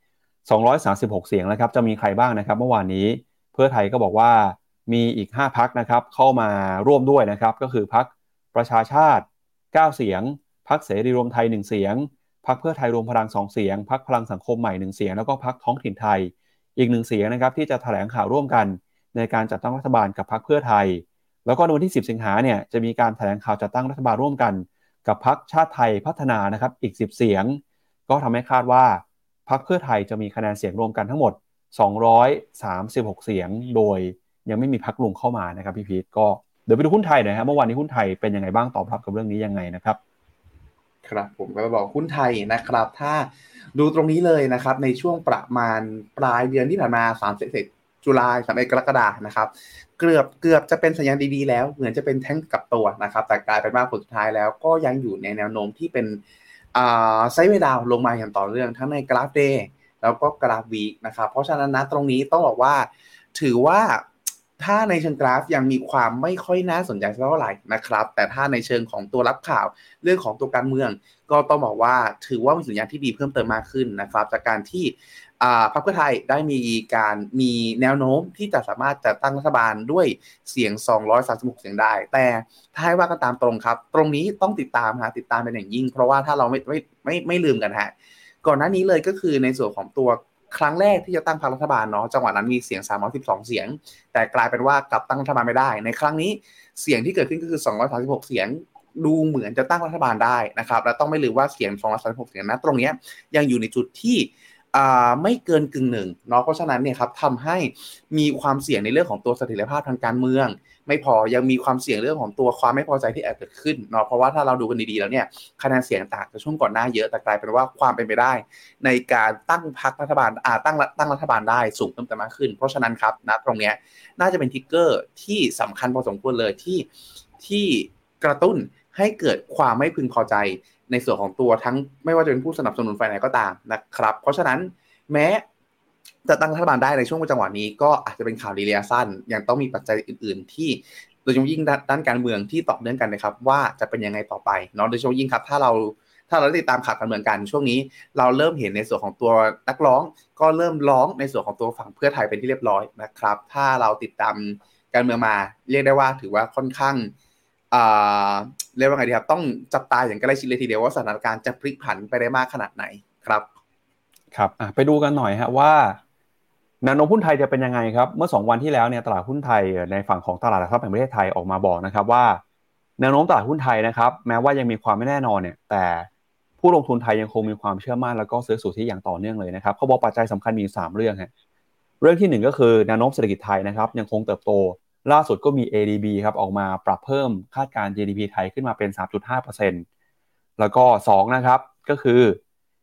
236เสียงแล้วครับจะมีใครบ้างนะครับเมื่อวานนี้เพื่อไทยก็บอกว่ามีอีก5พรรคนะครับเข้ามาร่วมด้วยนะครับก็คือพรรคประชาชาติ9เสียงพรรคเสรีรวมไทย1เสียงพรรคเพื่อไทยรวมพลัง2เสียงพรรคพลังสังคมใหม่1เสียงแล้วก็พรรคท้องถิ่นไทยอีก1เสียงนะครับที่จะแถลงข่าวร่วมกันในการจัดตั้งรัฐบาลกับพรรคเพื่อไทยแล้วก็ในวันที่10สิงหาเนี่ยจะมีการแถลงข่าวจัดตั้งรัฐบาลร่วมกันกับพรรคชาติไทยพัฒนานะครับอีก10เสียงก็ทำให้คาดว่าพรรคเพื่อไทยจะมีคะแนนเสียงรวมกันทั้งหมด236เสียงโดยยังไม่มีพรรคลุงเข้ามานะครับพี่พีทก็เดี๋ยวไปดูหุ้นไทยหน่อยครับเมื่อวานนี้หุ้นไทยเป็นยังไงบ้างตอบรับกับเรื่องนี้ยังไงนะครับ
ครับผมก็บอกหุ้นไทยนะครับถ้าดูตรงนี้เลยนะครับในช่วงประมาณปลายเดือนที่ผ่านมา30ตุลาคม31กรกฎาคมนะครับเกือบจะเป็นสัญญาณดีๆแล้วเหมือนจะเป็นแท่งกลับตัวนะครับแต่กลายเป็นว่าผลสุดท้ายแล้วก็ยังอยู่ในแนวโน้มที่เป็นไซด์เวย์ดาวน์ลงมาอย่างต่อเนื่องทั้งในกราฟเดย์แล้วก็กราฟวีคนะครับเพราะฉะนั้นนะตรงนี้ต้องบอกว่าถือว่าถ้าในเชิงกราฟยังมีความไม่ค่อยน่าสนใจเท่าไหร่นะครับแต่ถ้าในเชิงของตัวรับข่าวเรื่องของตัวการเมืองก็ต้องบอกว่าถือว่ามีสัญญาณที่ดีเพิ่มเติมมากขึ้นนะครับจากการที่พรรคเพื่อไทยได้มีแนวโน้มที่จะสามารถจัดตั้งรัฐบาลด้วยเสียง236เสียงได้แต่ถ้าให้ว่ากันตามตรงครับตรงนี้ต้องติดตามเป็นอย่างยิ่งเพราะว่าถ้าเราไม่ลืมกันฮะก่อนหน้านี้เลยก็คือในส่วนของตัวครั้งแรกที่จะตั้งพรรครัฐบาลเนาะจังหวะนั้นมีเสียง312เสียงแต่กลายเป็นว่ากลับตั้งรัฐบาลไม่ได้ในครั้งนี้เสียงที่เกิดขึ้นก็คือ236เสียงดูเหมือนจะตั้งรัฐบาลได้นะครับและต้องไม่ลืมว่าเสียง236เสียงนะตรงนี้ยังอยู่ในจุดที่ไม่เกินกึ่งหนึ่งเนาะเพราะฉะนั้นเนี่ยครับทำให้มีความเสี่ยงในเรื่องของตัวเสถียรภาพทางการเมืองไม่พอยังมีความเสี่ยงเรื่องของตัวความไม่พอใจที่อาจเกิดขึ้นเนาะเพราะว่าถ้าเราดูกันดีๆแล้วเนี่ยคะแนนเสียงต่างจากช่วงก่อนหน้าเยอะแต่กลายเป็นว่าความเป็นไปได้ในการตั้งพรรครัฐบาลตั้งรัฐบาลได้สูงเพิ่มเติมมากขึ้นเพราะฉะนั้นครับณตรงนี้น่าจะเป็นทริกเกอร์ที่สำคัญพอสมควรเลยที่กระตุ้นให้เกิดความไม่พึงพอใจในส่วนของตัวทั้งไม่ว่าจะเป็นผู้สนับสนุนฝ่ายไหนก็ตามนะครับเพราะฉะนั้นแม้จะตั้งรัฐบาลได้ในช่วงจังหวะนี้ก็อาจจะเป็นข่าวระยะสั้นยังต้องมีปัจจัยอื่นๆที่โดยเฉพาะยิ่งด้านการเมืองที่ต่อเนื่องกันนะครับว่าจะเป็นยังไงต่อไปเนาะโดยเฉพาะยิ่งครับถ้าเราติดตามข่าวการเมืองกันช่วงนี้เราเริ่มเห็นในส่วนของตัวนักร้องก็เริ่มร้องในส่วนของตัวฝั่งเพื่อไทยเป็นที่เรียบร้อยนะครับถ้าเราติดตามการเมืองมาเรียกได้ว่าถือว่าค่อนข้างเรียกว่าไงดีครับต้องจับตาอย่างใกล้ชิดเลยทีเดียวว่าสถานการณ์จะพลิกผันไปได้มากขนาดไหนครับ
ครับไปดูกันหน่อยฮะว่าแนวโน้มหุ้นไทยจะเป็นยังไงครับเมื่อ2วันที่แล้วเนี่ยตลาดหุ้นไทยในฝั่งของตลาดหลักทรัพย์แห่งประเทศไทยออกมาบอกนะครับว่าแนวโน้มตลาดหุ้นไทยนะครับแม้ว่ายังมีความไม่แน่นอนเนี่ยแต่ผู้ลงทุนไทยยังคงมีความเชื่อมั่นแล้วก็ซื้อสุทธิอย่างต่อเนื่องเลยนะครับเขาบอกปัจจัยสำคัญมี3เรื่องฮะเรื่องที่1ก็คือแนวโน้มเศรษฐกิจไทยนะครับยังคงเติบโตล่าสุดก็มี ADB ครับออกมาปรับเพิ่มคาดการณ์ GDP ไทยขึ้นมาเป็น 3.5% แล้วก็2นะครับก็คือ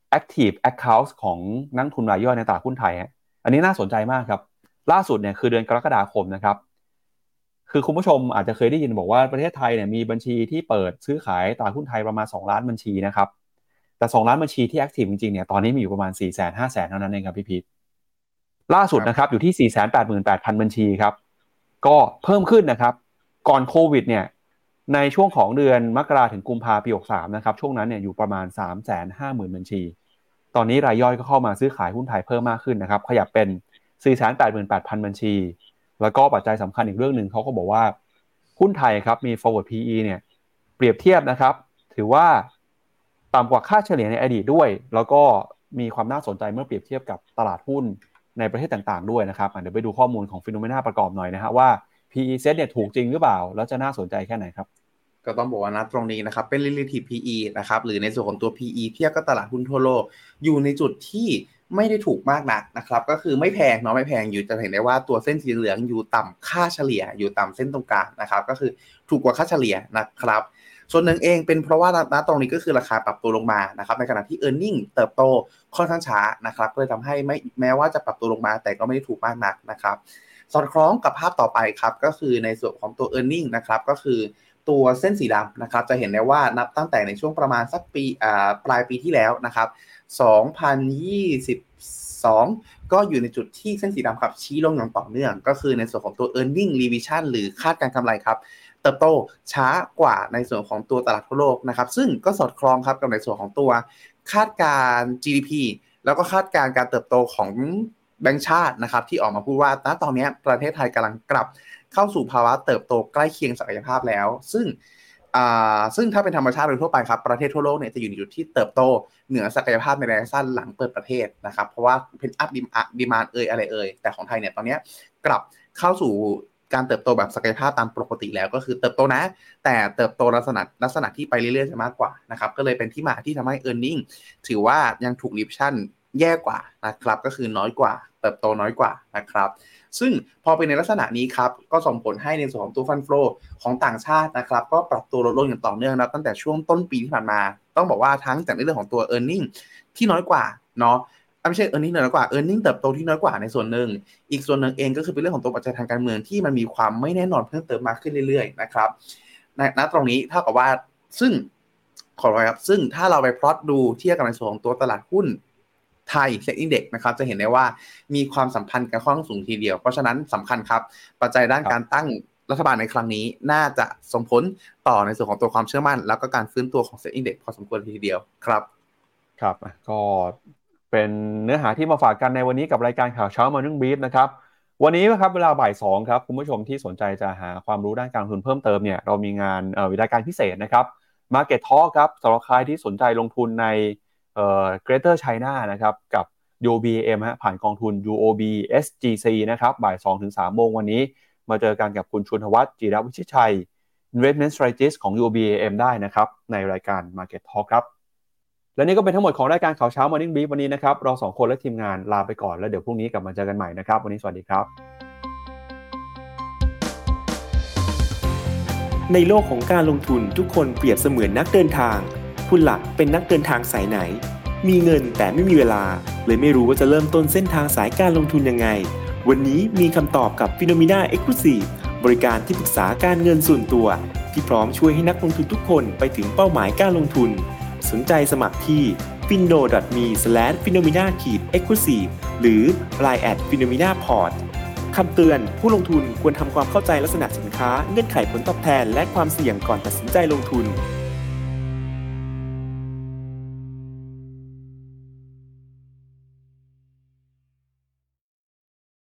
active account ของนักทุนรายย่อยในตลาดหุ้นไทยอันนี้น่าสนใจมากครับล่าสุดเนี่ยคือเดือนกรกฎาคมนะครับคือคุณผู้ชมอาจจะเคยได้ยินบอกว่าประเทศไทยเนี่ยมีบัญชีที่เปิดซื้อขายตลาดหุ้นไทยประมาณ2ล้านบัญชีนะครับแต่2ล้านบัญชีที่ active จริงๆเนี่ยตอนนี้มีอยู่ประมาณ 400,000-500,000 เท่านั้นเองครับพี่พีทล่าสุดนะครับอยู่ที่ 488,000 บัญชีครับก็เพิ่มขึ้นนะครับก่อนโควิดเนี่ยในช่วงของเดือนมกราถึงกุมภาพันธ์ปี63นะครับช่วงนั้นเนี่ยอยู่ประมาณ 350,000 บัญชีตอนนี้รายย่อยก็เข้ามาซื้อขายหุ้นไทยเพิ่มมากขึ้นนะครับขยับเป็น 488,000 บัญชีแล้วก็ปัจจัยสำคัญอีกเรื่องนึงเขาก็บอกว่าหุ้นไทยครับมี forward PE เนี่ยเปรียบเทียบนะครับถือว่าต่ำกว่าค่าเฉลี่ยในอดีตด้วยแล้วก็มีความน่าสนใจเมื่อเปรียบเทียบกับตลาดหุ้นในประเทศต่างๆด้วยนะครับเดี๋ยวไปดูข้อมูลของ Phenomena ประกอบหน่อยนะฮะว่า PE set เนี่ยถูกจริงหรือเปล่าแล้วจะน่าสนใจแค่ไหนครับ
ก็ต้องบอกว่านะตรงนี้นะครับเป็น relative PE นะครับหรือในส่วนของตัว PE เทียบกับตลาดหุ้นทั่วโลกอยู่ในจุดที่ไม่ได้ถูกมากนักนะครับก็คือไม่แพงเนาะไม่แพงอยู่จะเห็นได้ว่าตัวเส้นสีเหลืองอยู่ต่ำค่าเฉลี่ยอยู่ต่ำเส้นตรงกลางนะครับก็คือถูกกว่าค่าเฉลี่ยนะครับส่วนหนึ่งเองเป็นเพราะว่าณตรงนี้ก็คือราคาปรับตัวลงมานะครับในขณะที่ earning เติบโตค่อนข้างช้านะครับก็เลยทำให้ไม่แม้ว่าจะปรับตัวลงมาแต่ก็ไม่ได้ถูกมากนักนะครับสอดคล้องกับภาพต่อไปครับก็คือในส่วนของตัว earning นะครับก็คือตัวเส้นสีดำนะครับจะเห็นได้ว่านับตั้งแต่ในช่วงประมาณสักปีปลายปีที่แล้วนะครับ2022ก็อยู่ในจุดที่เส้นสีดำครับชี้ลงอย่างต่อเนื่องก็คือในส่วนของตัว earning revision หรือคาดการณ์กำไรครับเติบโตช้ากว่าในส่วนของตัวตลาดทั่วโลกนะครับซึ่งก็สอดคล้องครับกับในส่วนของตัวคาดการ GDP แล้วก็คาดการการเติบโตของแบงก์ชาตินะครับที่ออกมาพูดว่าณตอนนี้ประเทศไทยกำลังกลับเข้าสู่ภาวะเติบโตใกล้เคียงศักยภาพแล้วซึ่งถ้าเป็นธรรมชาติโดยทั่วไปครับประเทศทั่วโลกเนี่ยจะอยู่ในจุดที่เติบโตเหนือศักยภาพในระยะสั้นหลังเปิดประเทศนะครับเพราะว่าเป็นอัพดีมานด์อะไรแต่ของไทยเนี่ยตอนนี้กลับเข้าสู่การเติบโตแบบศักยภาพตามปกติแล้วก็คือเติบโตนะแต่เติบโตลักษณะที่ไปเรื่อยๆจะมากกว่านะครับก็เลยเป็นที่มาที่ทำให้ earning ถือว่ายังถูก revision แย่กว่านะครับก็คือน้อยกว่าเติบโตน้อยกว่านะครับซึ่งพอเป็นในลักษณะนี้ครับก็ส่งผลให้ในส่วนของตัวฟันโฟลของต่างชาตินะครับก็ปรับตัวลดลงอย่างต่อเนื่องนะตั้งแต่ช่วงต้นปีที่ผ่านมาต้องบอกว่าทั้งจากในเรื่องของตัว earning ที่น้อยกว่าเนาะไม่ใช่ earning น้อยกว่า earning เติบโตที่น้อยกว่าในส่วนหนึ่งอีกส่วนหนึ่งเองก็คือเป็นเรื่องของตัวปัจจัยทางการเมืองที่มันมีความไม่แน่นอนเพิ่มเติมมากขึ้นเรื่อยๆนะครับณตรงนี้เท่ากับว่าซึ่งขออภัยครับซึ่งถ้าเราไปพลอตดูเทียบกับในส่วนของตัวตลาดหุ้นไทยเซ็ตอินเด็กซ์นะครับจะเห็นได้ว่ามีความสัมพันธ์กันค่อนข้างสูงทีเดียวเพราะฉะนั้นสำคัญครับปัจจัยด้านการตั้งรัฐบาลในครั้งนี้น่าจะส่งผลต่อในส่วนของตัวความเชื่อมั่นแล้วก็การฟื้นตัวของเซ็ตอินเด็กซ์พอสมควรทีเดียวครับ
ครับก็เป็นเนื้อหาที่มาฝากกันในวันนี้กับรายการข่าวเช้า Morning Brief นะครับวันนี้นะครับเวลาบ่าย 2ครับคุณผู้ชมที่สนใจจะหาความรู้ด้านการลงทุนเพิ่มเติมเนี่ยเรามีงานรายการพิเศษนะครับ Market Talk ครับสำหรับใครที่สนใจลงทุนในGreater China นะครับกับ UOBM ผ่านกองทุน UOB SGC นะครับบ่าย 2-3 โมงวันนี้มาเจอกันกับคุณชุนทวัฒน์จิรวิชิตชัย Investment Strategist ของ UOBM ได้นะครับในรายการ Market Talk ครับและนี่ก็เป็นทั้งหมดของรายการข่าวเช้า Morning Brief วันนี้นะครับเรา2คนและทีมงานลาไปก่อนแล้วเดี๋ยวพรุ่งนี้กลับมาเจอกันใหม่นะครับวันนี้สวัสดีครับ
ในโลกของการลงทุนทุกคนเปรียบเสมือนนักเดินทางคุณหลักเป็นนักเดินทางสายไหนมีเงินแต่ไม่มีเวลาเลยไม่รู้ว่าจะเริ่มต้นเส้นทางสายการลงทุนยังไงวันนี้มีคำตอบกับ Phenomena Exclusive บริการที่ปรึกษาการเงินส่วนตัวที่พร้อมช่วยให้นักลงทุนทุกคนไปถึงเป้าหมายการลงทุนสนใจสมัครที่ findo.me/phenomena-exclusive หรือ line@ @phenomena-port คำเตือนผู้ลงทุนควรทำความเข้าใจลักษณะสินค้าเงื่อนไขผลตอบแทนและความเสี่ยงก่อนตัดสินใจลงทุน